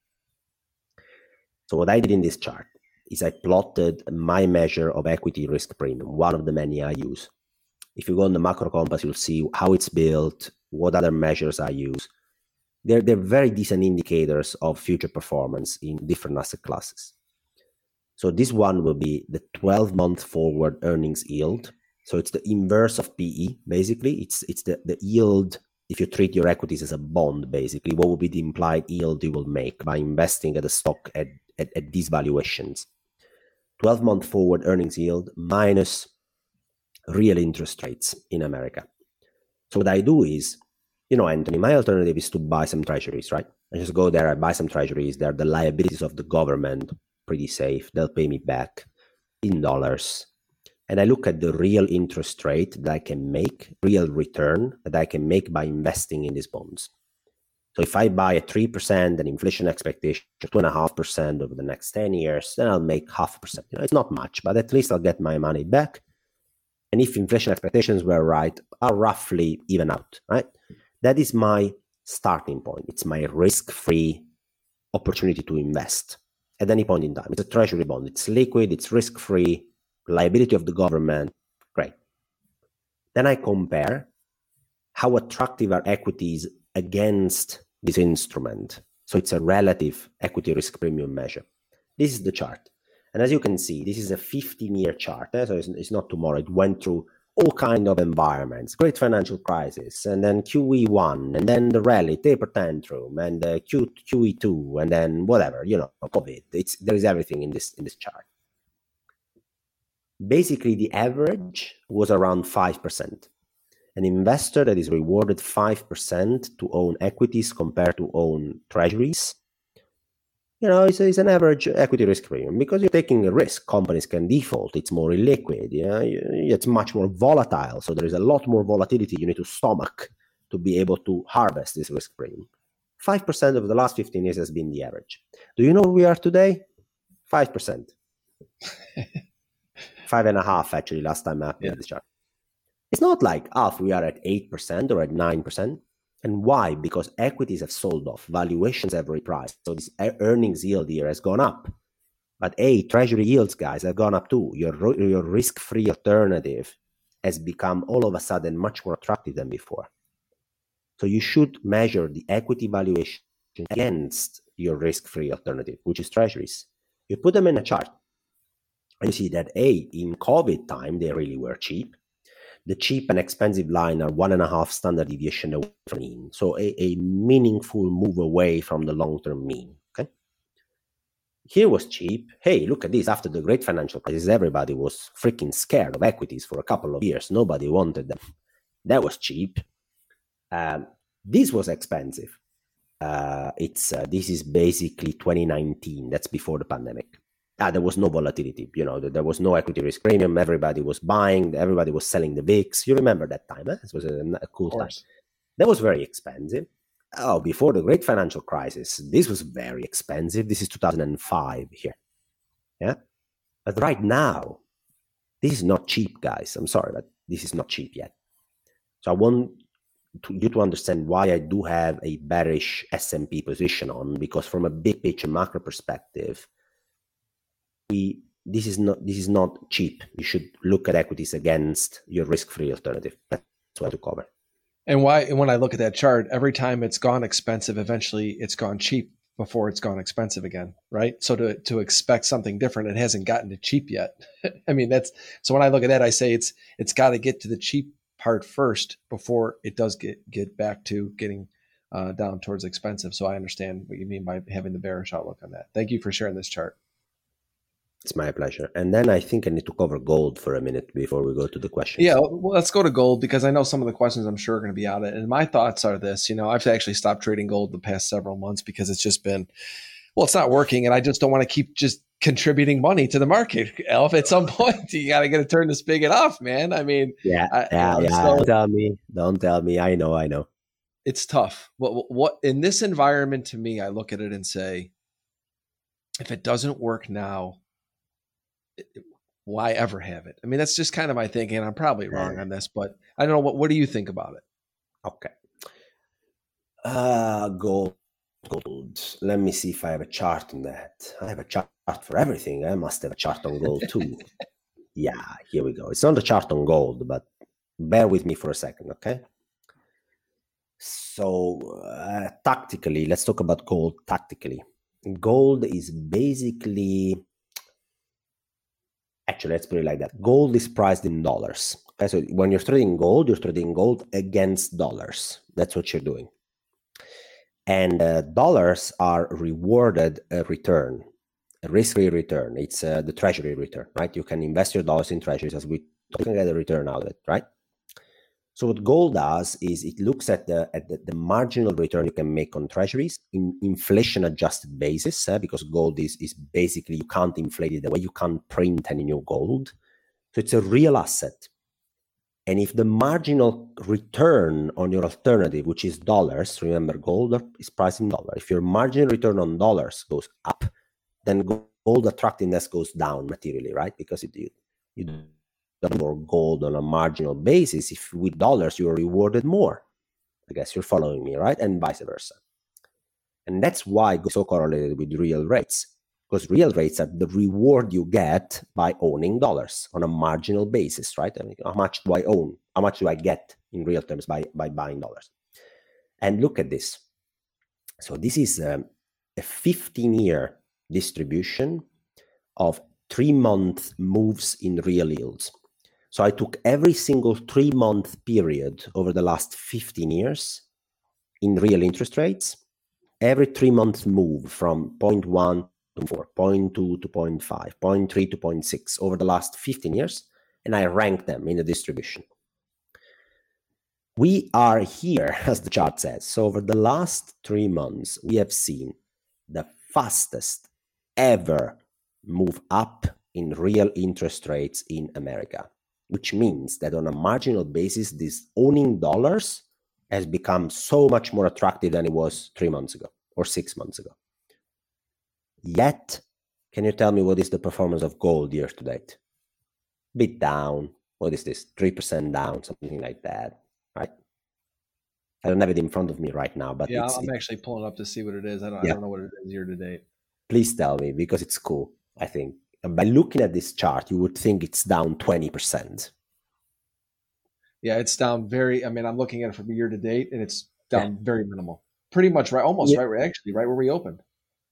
So what I did in this chart is I plotted my measure of equity risk premium, one of the many I use. If you go on the Macro Compass, you'll see how it's built, what other measures I use. They're very decent indicators of future performance in different asset classes. So this one will be the 12-month forward earnings yield. So it's the inverse of PE, basically. It's the yield, if you treat your equities as a bond, basically, what will be the implied yield you will make by investing at a stock at these valuations. 12-month forward earnings yield minus real interest rates in America. So what I do is, Anthony, my alternative is to buy some treasuries, right? I just go there, I buy some treasuries. They're the liabilities of the government, pretty safe. They'll pay me back in dollars. And I look at the real interest rate that I can make, real return that I can make by investing in these bonds. So if I buy at 3% and inflation expectation 2.5% over the next 10 years, then I'll make 0.5%. It's not much, but at least I'll get my money back. And if inflation expectations were right, I'll roughly even out, right? That is my starting point. It's my risk-free opportunity to invest at any point in time. It's a treasury bond. It's liquid. It's risk-free. Liability of the government. Great. Then I compare how attractive are equities against this instrument. So it's a relative equity risk premium measure. This is the chart. And as you can see, this is a 15-year chart. So it's not tomorrow. It went through all kinds of environments, great financial crisis, and then QE1, and then the rally, taper tantrum, and QE2, and then whatever, COVID. There is everything in this chart. Basically, the average was around 5%. An investor that is rewarded 5% to own equities compared to own treasuries, it's an average equity risk premium because you're taking a risk. Companies can default. It's more illiquid. It's much more volatile. So there is a lot more volatility you need to stomach to be able to harvest this risk premium. 5% of the last 15 years has been the average. Do you know where we are today? 5%. 5.5% actually last time I updated this chart. It's not like we are at 8% or at 9%. And why? Because equities have sold off, valuations have repriced. So this earnings yield here has gone up. But treasury yields, guys, have gone up too. Your risk-free alternative has become all of a sudden much more attractive than before. So you should measure the equity valuation against your risk-free alternative, which is treasuries. You put them in a chart, and you see that in COVID time, they really were cheap. The cheap and expensive line are 1.5 standard deviation away from mean. So a meaningful move away from the long-term mean. Okay. Here was cheap. Hey, look at this. After the great financial crisis, everybody was freaking scared of equities for a couple of years. Nobody wanted them. That was cheap. This was expensive. This is basically 2019. That's before the pandemic. There was no volatility. There was no equity risk premium. Everybody was buying. Everybody was selling the VIX. You remember that time? This was a cool time. That was very expensive. Oh, before the great financial crisis, this was very expensive. This is 2005 here. Yeah. But right now, this is not cheap, guys. I'm sorry, but this is not cheap yet. So I want you to understand why I do have a bearish S&P position on, because from a big picture macro perspective, this is not cheap. You should look at equities against your risk-free alternative. That's what to cover. And when I look at that chart, every time it's gone expensive, eventually it's gone cheap before it's gone expensive again, right? So to expect something different, it hasn't gotten to cheap yet. I mean, so when I look at that, I say it's got to get to the cheap part first before it does get back to getting down towards expensive. So I understand what you mean by having the bearish outlook on that. Thank you for sharing this chart. It's my pleasure. And then I think I need to cover gold for a minute before we go to the questions. Yeah, well, let's go to gold, because I know some of the questions I'm sure are going to be out of it. And my thoughts are this, I've actually stopped trading gold the past several months because it's just been, it's not working. And I just don't want to keep just contributing money to the market, Alf. At some point, you got to turn the spigot off, man. I mean, So, don't tell me. I know. It's tough. What in this environment, to me, I look at it and say, if it doesn't work now, why ever have it? I mean, that's just kind of my thinking. I'm probably wrong on this, but I don't know. What do you think about it? Okay. Gold. Let me see if I have a chart on that. I have a chart for everything. I must have a chart on gold too. Yeah, here we go. It's not a chart on gold, but bear with me for a second, okay? So tactically, let's talk about gold tactically. Gold is basically... Actually, let's put it like that. Gold is priced in dollars. Okay, so when you're trading gold against dollars. That's what you're doing. And dollars are rewarded a return, a risk-free return. It's the treasury return, right? You can invest your dollars in treasuries as you can get a return out of it, right? So what gold does is it looks at the marginal return you can make on treasuries in inflation-adjusted basis, because gold is basically, you can't inflate it away. You can't print any new gold. So it's a real asset. And if the marginal return on your alternative, which is dollars, remember gold is priced in dollars. If your marginal return on dollars goes up, then gold attractiveness goes down materially, right? Because you more gold on a marginal basis. If with dollars you are rewarded more, I guess you're following me, right? And vice versa. And that's why it's so correlated with real rates, because real rates are the reward you get by owning dollars on a marginal basis, right? I mean, how much do I own? How much do I get in real terms by buying dollars? And look at this. So this is a 15-year distribution of 3-month moves in real yields. So I took every single 3-month period over the last 15 years in real interest rates, every 3-month move from 0.1 to 4, 0.2 to 0.5, 0.3 to 0.6 over the last 15 years, and I ranked them in the distribution. We are here, as the chart says. So over the last 3 months, we have seen the fastest ever move up in real interest rates in America, which means that on a marginal basis, this owning dollars has become so much more attractive than it was 3 months ago or 6 months ago. Yet, can you tell me what is the performance of gold year to date? Bit down. What is this? 3% down, something like that, right? I don't have it in front of me right now, but yeah, I'm actually pulling up to see what it is. I don't know what it is year to date. Please tell me, because it's cool, I think. By looking at this chart, you would think it's down 20%. Yeah, it's down I'm looking at it from year to date, and it's down very minimal. Pretty much right, almost right where we opened.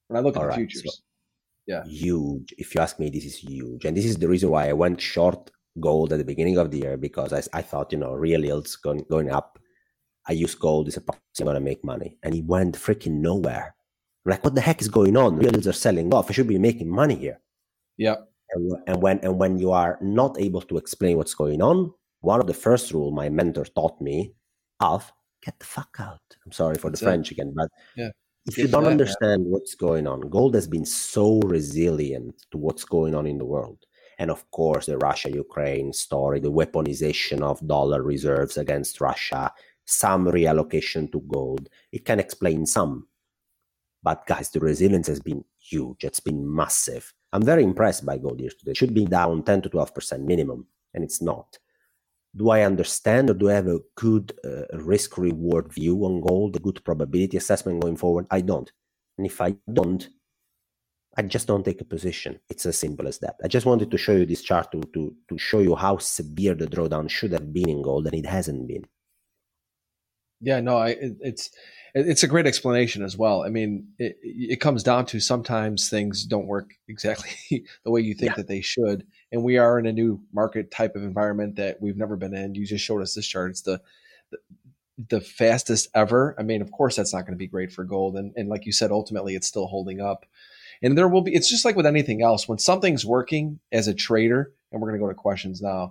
when I look at All the right. So futures. Yeah. huge. If you ask me, this is huge. And this is the reason why I went short gold at the beginning of the year, because I thought, real yields going up. I use gold as a proxy, I'm going to make money. And it went freaking nowhere. I'm like, what the heck is going on? Real yields are selling off. I should be making money here. Yep. And when you are not able to explain what's going on, one of the first rule my mentor taught me, Alf, get the fuck out. I'm sorry for That's the French again, but yeah. if you don't understand what's going on, gold has been so resilient to what's going on in the world. And of course, the Russia-Ukraine story, the weaponization of dollar reserves against Russia, some reallocation to gold, it can explain some. But guys, the resilience has been huge. It's been massive. I'm very impressed by gold year today. It should be down 10 to 12% minimum, and it's not. Do I understand, or do I have a good risk-reward view on gold, a good probability assessment going forward? I don't. And if I don't, I just don't take a position. It's as simple as that. I just wanted to show you this chart to show you how severe the drawdown should have been in gold, and it hasn't been. Yeah, no, it's a great explanation as well. I mean, it comes down to sometimes things don't work exactly the way you think that they should, and we are in a new market type of environment that we've never been in. You just showed us this chart; it's the fastest ever. I mean, of course, that's not going to be great for gold, and like you said, ultimately, it's still holding up. And there will be. It's just like with anything else. When something's working as a trader, and we're going to go to questions now.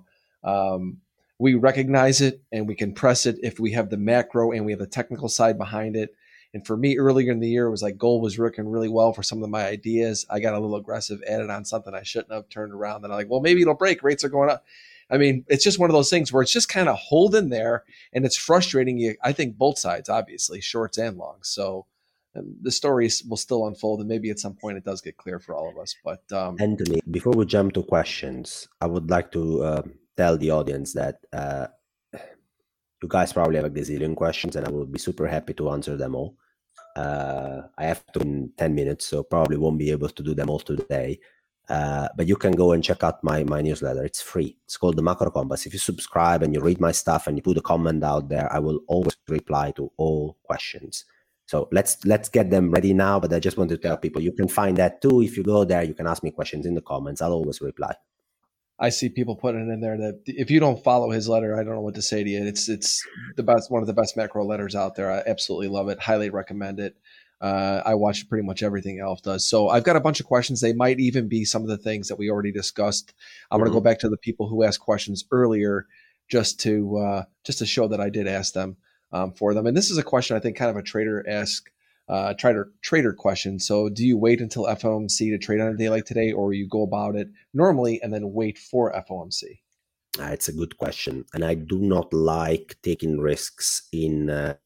We recognize it and we can press it if we have the macro and we have the technical side behind it. And for me, earlier in the year, it was like gold was working really well for some of my ideas. I got a little aggressive, added on something I shouldn't have, turned around. Then I'm like, well, maybe it'll break. Rates are going up. I mean, it's just one of those things where it's just kind of holding there, and it's frustrating you. I think both sides, obviously, shorts and longs. So the stories will still unfold, and maybe at some point it does get clear for all of us. But Anthony, before we jump to questions, I would like to tell the audience that you guys probably have a gazillion questions, and I will be super happy to answer them all. I have to in 10 minutes, so probably won't be able to do them all today. But you can go and check out my newsletter. It's free. It's called the Macro Compass. If you subscribe and you read my stuff and you put a comment out there, I will always reply to all questions. So let's get them ready now. But I just want to tell people you can find that too. If you go there, you can ask me questions in the comments. I'll always reply. I see people putting in there that if you don't follow his letter, I don't know what to say to you. It's the best, one of the best macro letters out there. I absolutely love it. Highly recommend it. I watch pretty much everything Alf does. So I've got a bunch of questions. They might even be some of the things that we already discussed. I'm going to go back to the people who asked questions earlier, just to show that I did ask them for them. And this is a question I think kind of a trader question. So do you wait until FOMC to trade on a day like today, or you go about it normally and then wait for FOMC? It's a good question. And I do not like taking risks in a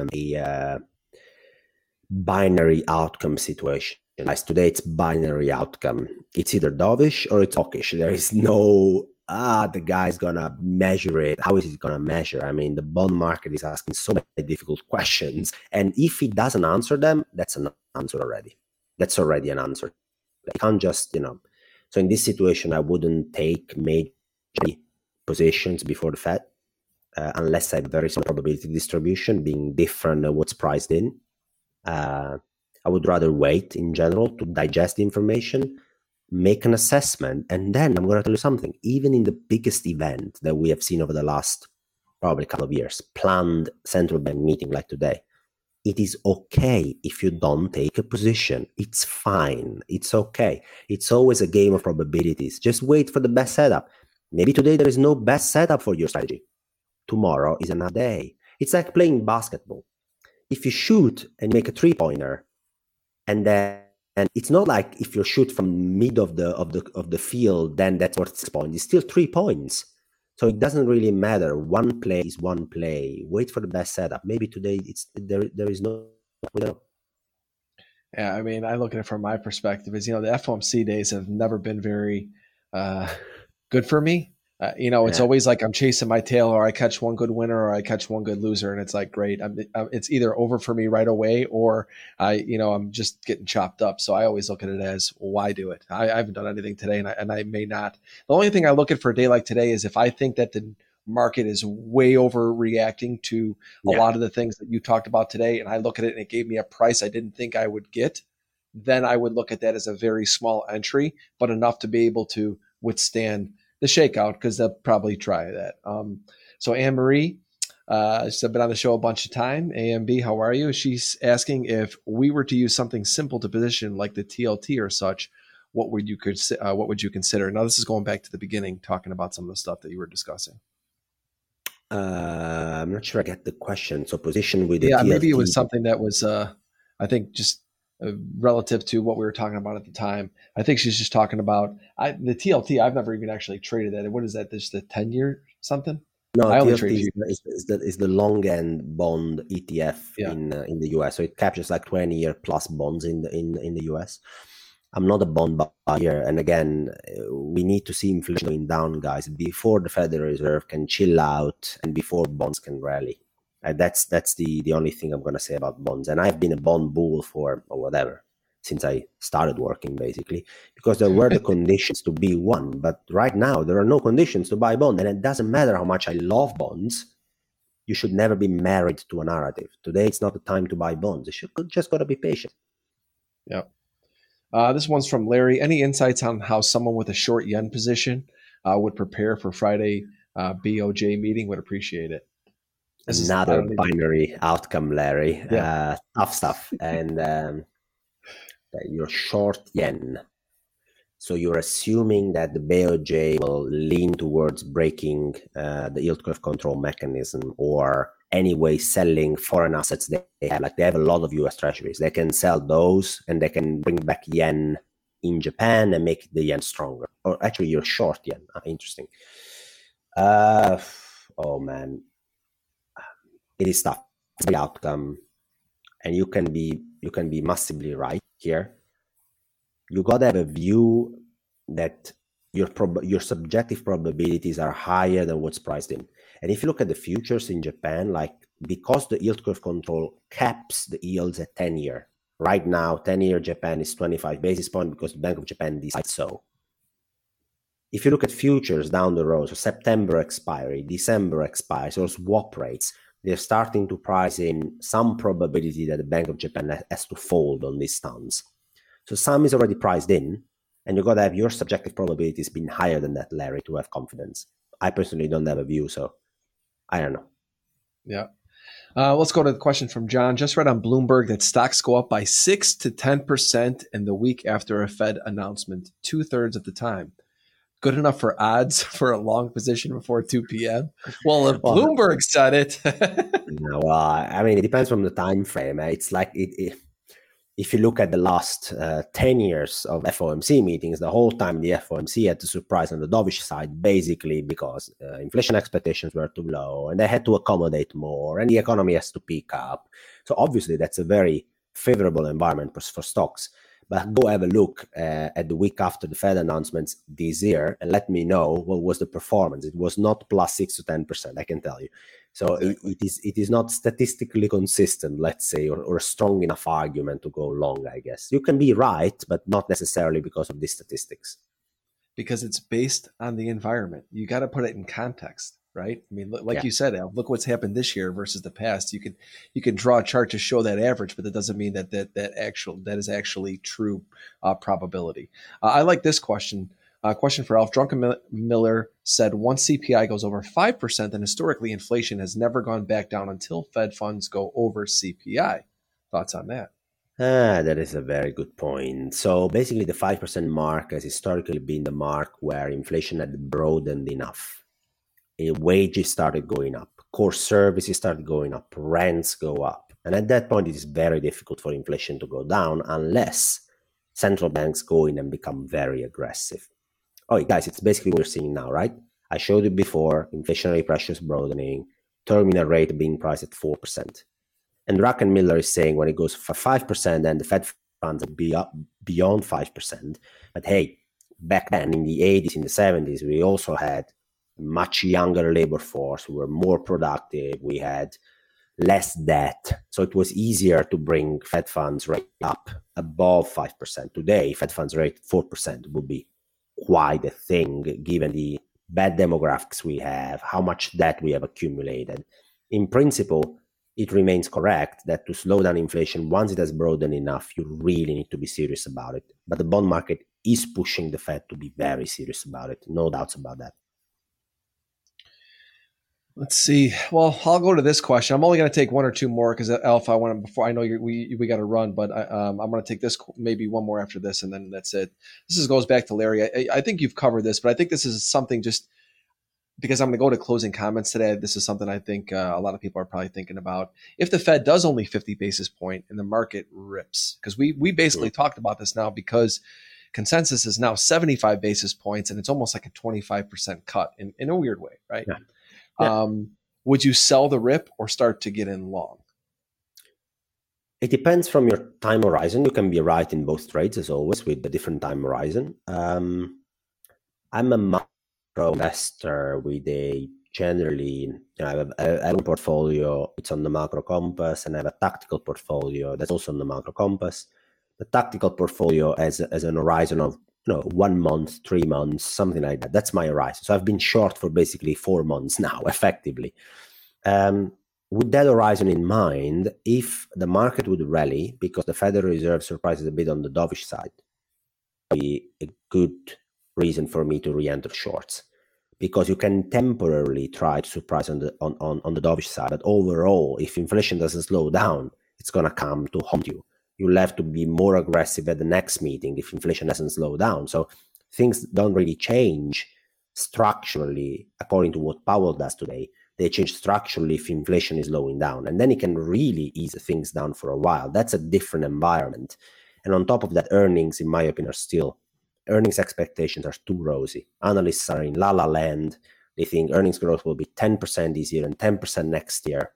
binary outcome situation. As today, it's binary outcome. It's either dovish or it's hawkish. There is no, the guy's going to measure it. How is he going to measure? I mean, the bond market is asking so many difficult questions. And if he doesn't answer them, that's an answer already. That's already an answer. You can't just, So in this situation, I wouldn't take major positions before the Fed unless I have very small probability distribution being different than what's priced in. I would rather wait in general to digest the information, make an assessment, and then I'm going to tell you something. Even in the biggest event that we have seen over the last probably couple of years, planned central bank meeting like today, it is okay if you don't take a position. It's fine. It's okay. It's always a game of probabilities. Just wait for the best setup. Maybe today there is no best setup for your strategy. Tomorrow is another day. It's like playing basketball. If you shoot and make a three-pointer, and it's not like if you shoot from mid of the field, then that's worth 6 points. It's still 3 points. So it doesn't really matter. One play is one play. Wait for the best setup. Maybe today there is no. Yeah, I mean, I look at it from my perspective as, the FOMC days have never been very good for me. It's always like I'm chasing my tail, or I catch one good winner or I catch one good loser. And it's like, great. It's either over for me right away, or I'm just getting chopped up. So I always look at it as, well, why do it? I haven't done anything today, and I may not. The only thing I look at for a day like today is if I think that the market is way overreacting to a lot of the things that you talked about today, and I look at it and it gave me a price I didn't think I would get, then I would look at that as a very small entry, but enough to be able to withstand the shakeout because they'll probably try that. So Anne Marie, she's been on the show a bunch of time. AMB, how are you? She's asking if we were to use something simple to position like the TLT or such, what would you consider? Now this is going back to the beginning, talking about some of the stuff that you were discussing. I'm not sure I get the question. So position with the TLT. TLT. Maybe it was something that was, I think, just relative to what we were talking about at the time. I think she's just talking about the TLT. I've never even actually traded that. What is that? This the 10-year something? No, TLT is the long end bond ETF in the US. So it captures like 20-year plus bonds in the US. I'm not a bond buyer, and again, we need to see inflation going down, guys, before the Federal Reserve can chill out and before bonds can rally. That's the only thing I'm going to say about bonds. And I've been a bond bull for or whatever since I started working, basically, because there were the conditions to be one. But right now, there are no conditions to buy bond, and it doesn't matter how much I love bonds. You should never be married to a narrative. Today, it's not the time to buy bonds. You just got to be patient. Yeah. This one's from Larry. Any insights on how someone with a short yen position would prepare for Friday BOJ meeting? Would appreciate it. Another binary outcome, Larry. Yeah. Tough stuff. And you're short yen. So you're assuming that the BOJ will lean towards breaking the yield curve control mechanism, or anyway selling foreign assets they have. Like they have a lot of US treasuries. They can sell those and they can bring back yen in Japan and make the yen stronger. Or actually you're short yen. Interesting. Oh man. It is tough. It's the outcome. And you can be massively right here. You gotta have a view that your subjective probabilities are higher than what's priced in. And if you look at the futures in Japan, like because the yield curve control caps the yields at 10-year, right now 10-year Japan is 25 basis points because the Bank of Japan decides so. If you look at futures down the road, so September expiry, December expiry, so swap rates, they're starting to price in some probability that the Bank of Japan has to fold on these stance. So some is already priced in, and you've got to have your subjective probabilities being higher than that, Larry, to have confidence. I personally don't have a view, so I don't know. Yeah. Let's go to the question from John. Just read on Bloomberg that stocks go up by 6 to 10% in the week after a Fed announcement, 2/3 of the time. Good enough for odds for a long position before 2 p.m.? Well, if Bloomberg said it. No, I mean, it depends from the time frame. It's like if you look at the last 10 years of FOMC meetings, the whole time the FOMC had to surprise on the dovish side, basically because inflation expectations were too low and they had to accommodate more and the economy has to pick up. So obviously that's a very favorable environment for stocks. But go have a look at the week after the Fed announcements this year and let me know what was the performance. It was not plus 6 to 10%, I can tell you. So exactly. it is not statistically consistent, let's say, or a strong enough argument to go long, I guess. You can be right, but not necessarily because of these statistics. Because it's based on the environment. You got to put it in context, right? I mean, like you said, Al, look what's happened this year versus the past. You can draw a chart to show that average, but that doesn't mean that is actually true probability. I like this question. Question for Alf. Drunken Miller said, once CPI goes over 5%, then historically inflation has never gone back down until Fed funds go over CPI. Thoughts on that? That is a very good point. So basically the 5% mark has historically been the mark where inflation had broadened enough. Wages started going up, core services started going up, rents go up. And at that point, it is very difficult for inflation to go down unless central banks go in and become very aggressive. Oh, guys, it's basically what we're seeing now, right? I showed you before, inflationary pressures broadening, terminal rate being priced at 4%. And Druckenmiller is saying when it goes for 5%, then the Fed funds will be up beyond 5%. But hey, back then in the 80s, in the 70s, we also had a much younger labor force. We were more productive. We had less debt. So it was easier to bring Fed funds rate up above 5%. Today, Fed funds rate 4% would be quite a thing, given the bad demographics we have, how much debt we have accumulated. In principle, it remains correct that to slow down inflation, once it has broadened enough, you really need to be serious about it. But the bond market is pushing the Fed to be very serious about it. No doubts about that. Let's see. Well, I'll go to this question. I'm only going to take one or two more because Alf, I want to, before I know we got to run, but I'm going to take this, maybe one more after this, and then that's it. Goes back to Larry. I think you've covered this, but I think this is something just because I'm going to go to closing comments today. This is something I think a lot of people are probably thinking about. If the Fed does only 50 basis point and the market rips, because we basically talked about this now because consensus is now 75 basis points and it's almost like a 25% cut in a weird way, right? Yeah. Yeah. Would you sell the rip or start to get in long? It depends from your time horizon. You can be right in both trades, as always, with a different time horizon. I'm a macro investor with a generally, I have a portfolio. It's on the macro compass, and I have a tactical portfolio that's also on the macro compass. The tactical portfolio has an horizon of 1 month, 3 months, something like that. That's my horizon. So I've been short for basically 4 months now, effectively. With that horizon in mind, if the market would rally because the Federal Reserve surprises a bit on the dovish side, it would be a good reason for me to re-enter shorts, because you can temporarily try to surprise on the dovish side, but overall, if inflation doesn't slow down, it's going to come to haunt you. You'll have to be more aggressive at the next meeting if inflation doesn't slow down. So things don't really change structurally according to what Powell does today. They change structurally if inflation is slowing down, and then it can really ease things down for a while. That's a different environment. And on top of that, earnings, in my opinion, earnings expectations are too rosy. Analysts are in la-la land. They think earnings growth will be 10% this year and 10% next year.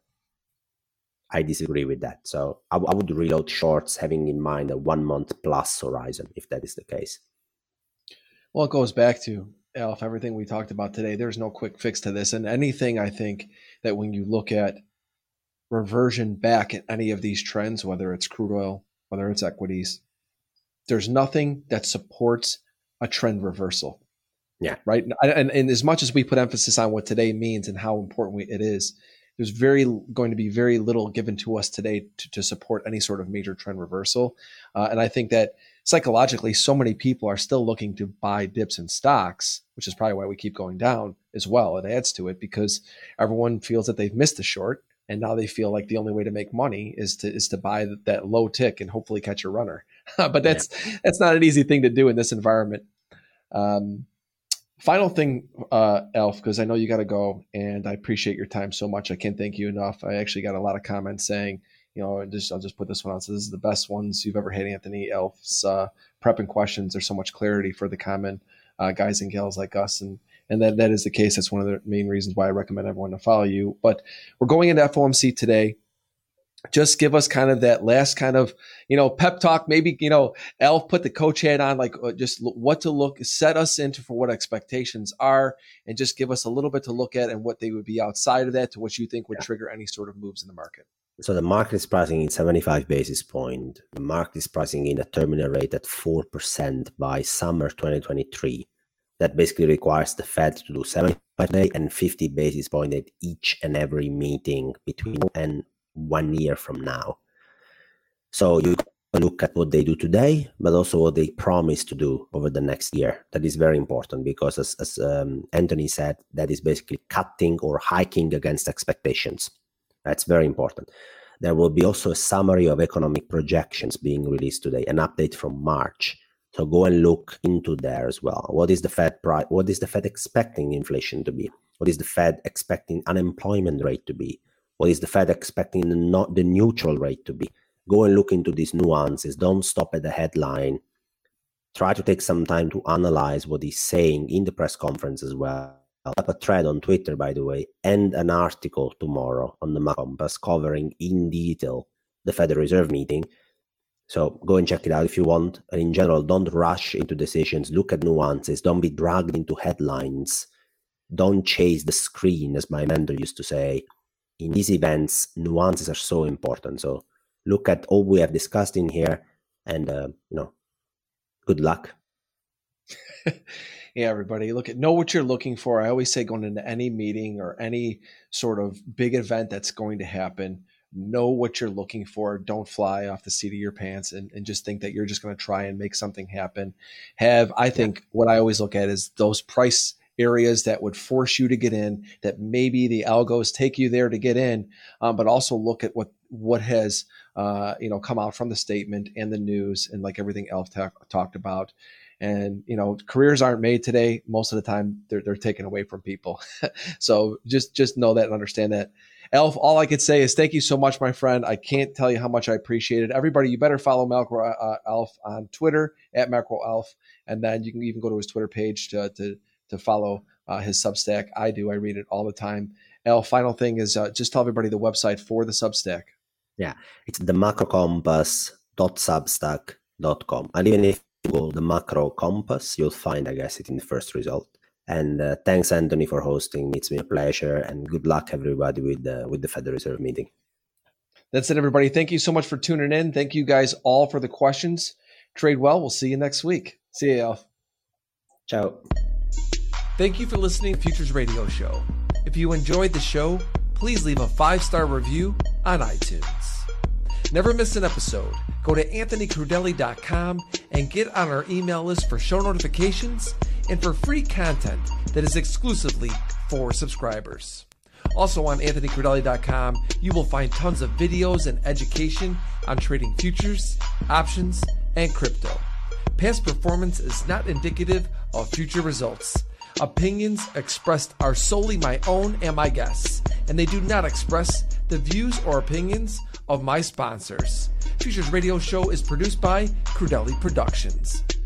I disagree with that. So I would reload shorts having in mind a 1 month plus horizon, if that is the case. Well, it goes back to, Alf, everything we talked about today. There's no quick fix to this. And anything, I think, that when you look at reversion back at any of these trends, whether it's crude oil, whether it's equities, there's nothing that supports a trend reversal. Yeah. Right. And as much as we put emphasis on what today means and how important it is, there's going to be very little given to us today to support any sort of major trend reversal. And I think that psychologically, so many people are still looking to buy dips in stocks, which is probably why we keep going down as well. It adds to it because everyone feels that they've missed a short, and now they feel like the only way to make money is to buy that low tick and hopefully catch a runner. But that's not an easy thing to do in this environment. Final thing, Alf, because I know you got to go, and I appreciate your time so much. I can't thank you enough. I actually got a lot of comments saying, I'll just put this one on. So this is the best ones you've ever had, Anthony. Alf's prep and questions. There's so much clarity for the common guys and gals like us, and that is the case. That's one of the main reasons why I recommend everyone to follow you. But we're going into FOMC today. Just give us kind of that last kind of, pep talk. Maybe, Alf put the coach hat on, like just what to look, set us into for what expectations are, and just give us a little bit to look at and what they would be outside of that to what you think would trigger any sort of moves in the market. So the market is pricing in 75 basis point. The market is pricing in a terminal rate at 4% by summer 2023. That basically requires the Fed to do 75 day and 50 basis point at each and every meeting between and 1 year from now. So you look at what they do today, but also what they promise to do over the next year. That is very important because, as Anthony said, that is basically cutting or hiking against expectations. That's very important. There will be also a summary of economic projections being released today, an update from March. So go and look into there as well. What is the Fed What is the Fed expecting inflation to be? What is the Fed expecting unemployment rate to be? What is the Fed expecting the neutral rate to be? Go and look into these nuances. Don't stop at the headline. Try to take some time to analyze what he's saying in the press conference as well. I'll have a thread on Twitter, by the way, and an article tomorrow on the Compass covering in detail the Federal Reserve meeting. So go and check it out if you want. And in general, don't rush into decisions. Look at nuances. Don't be dragged into headlines. Don't chase the screen, as my mentor used to say. In these events, nuances are so important. So look at all we have discussed in here, and good luck. Yeah, everybody, know what you're looking for. I always say going into any meeting or any sort of big event that's going to happen, know what you're looking for. Don't fly off the seat of your pants and just think that you're just going to try and make something happen. I think what I always look at is those price areas that would force you to get in, that maybe the algos take you there to get in, but also look at what has come out from the statement and the news and like everything else talked about. And, careers aren't made today. Most of the time they're taken away from people. So just know that and understand that. Alf, all I could say is thank you so much, my friend. I can't tell you how much I appreciate it. Everybody, you better follow Macro Alf on Twitter at Macro Alf. And then you can even go to his Twitter page to follow his Substack. I do. I read it all the time. Alf, final thing is just tell everybody the website for the Substack. Yeah, it's the macrocompass.substack.com. And even if you go the Macro Compass, you'll find, I guess, it in the first result. And thanks, Anthony, for hosting. It's been a pleasure. And good luck, everybody, with the Federal Reserve meeting. That's it, everybody. Thank you so much for tuning in. Thank you guys all for the questions. Trade well. We'll see you next week. See you, Alf. Ciao. Thank you for listening to Futures Radio Show. If you enjoyed the show, please leave a 5-star review on iTunes. Never miss an episode. Go to anthonycrudelli.com and get on our email list for show notifications and for free content that is exclusively for subscribers. Also on anthonycrudelli.com, you will find tons of videos and education on trading futures, options, and crypto. Past performance is not indicative of future results. Opinions expressed are solely my own and my guests, and they do not express the views or opinions of my sponsors. Futures Radio Show is produced by Crudelli Productions.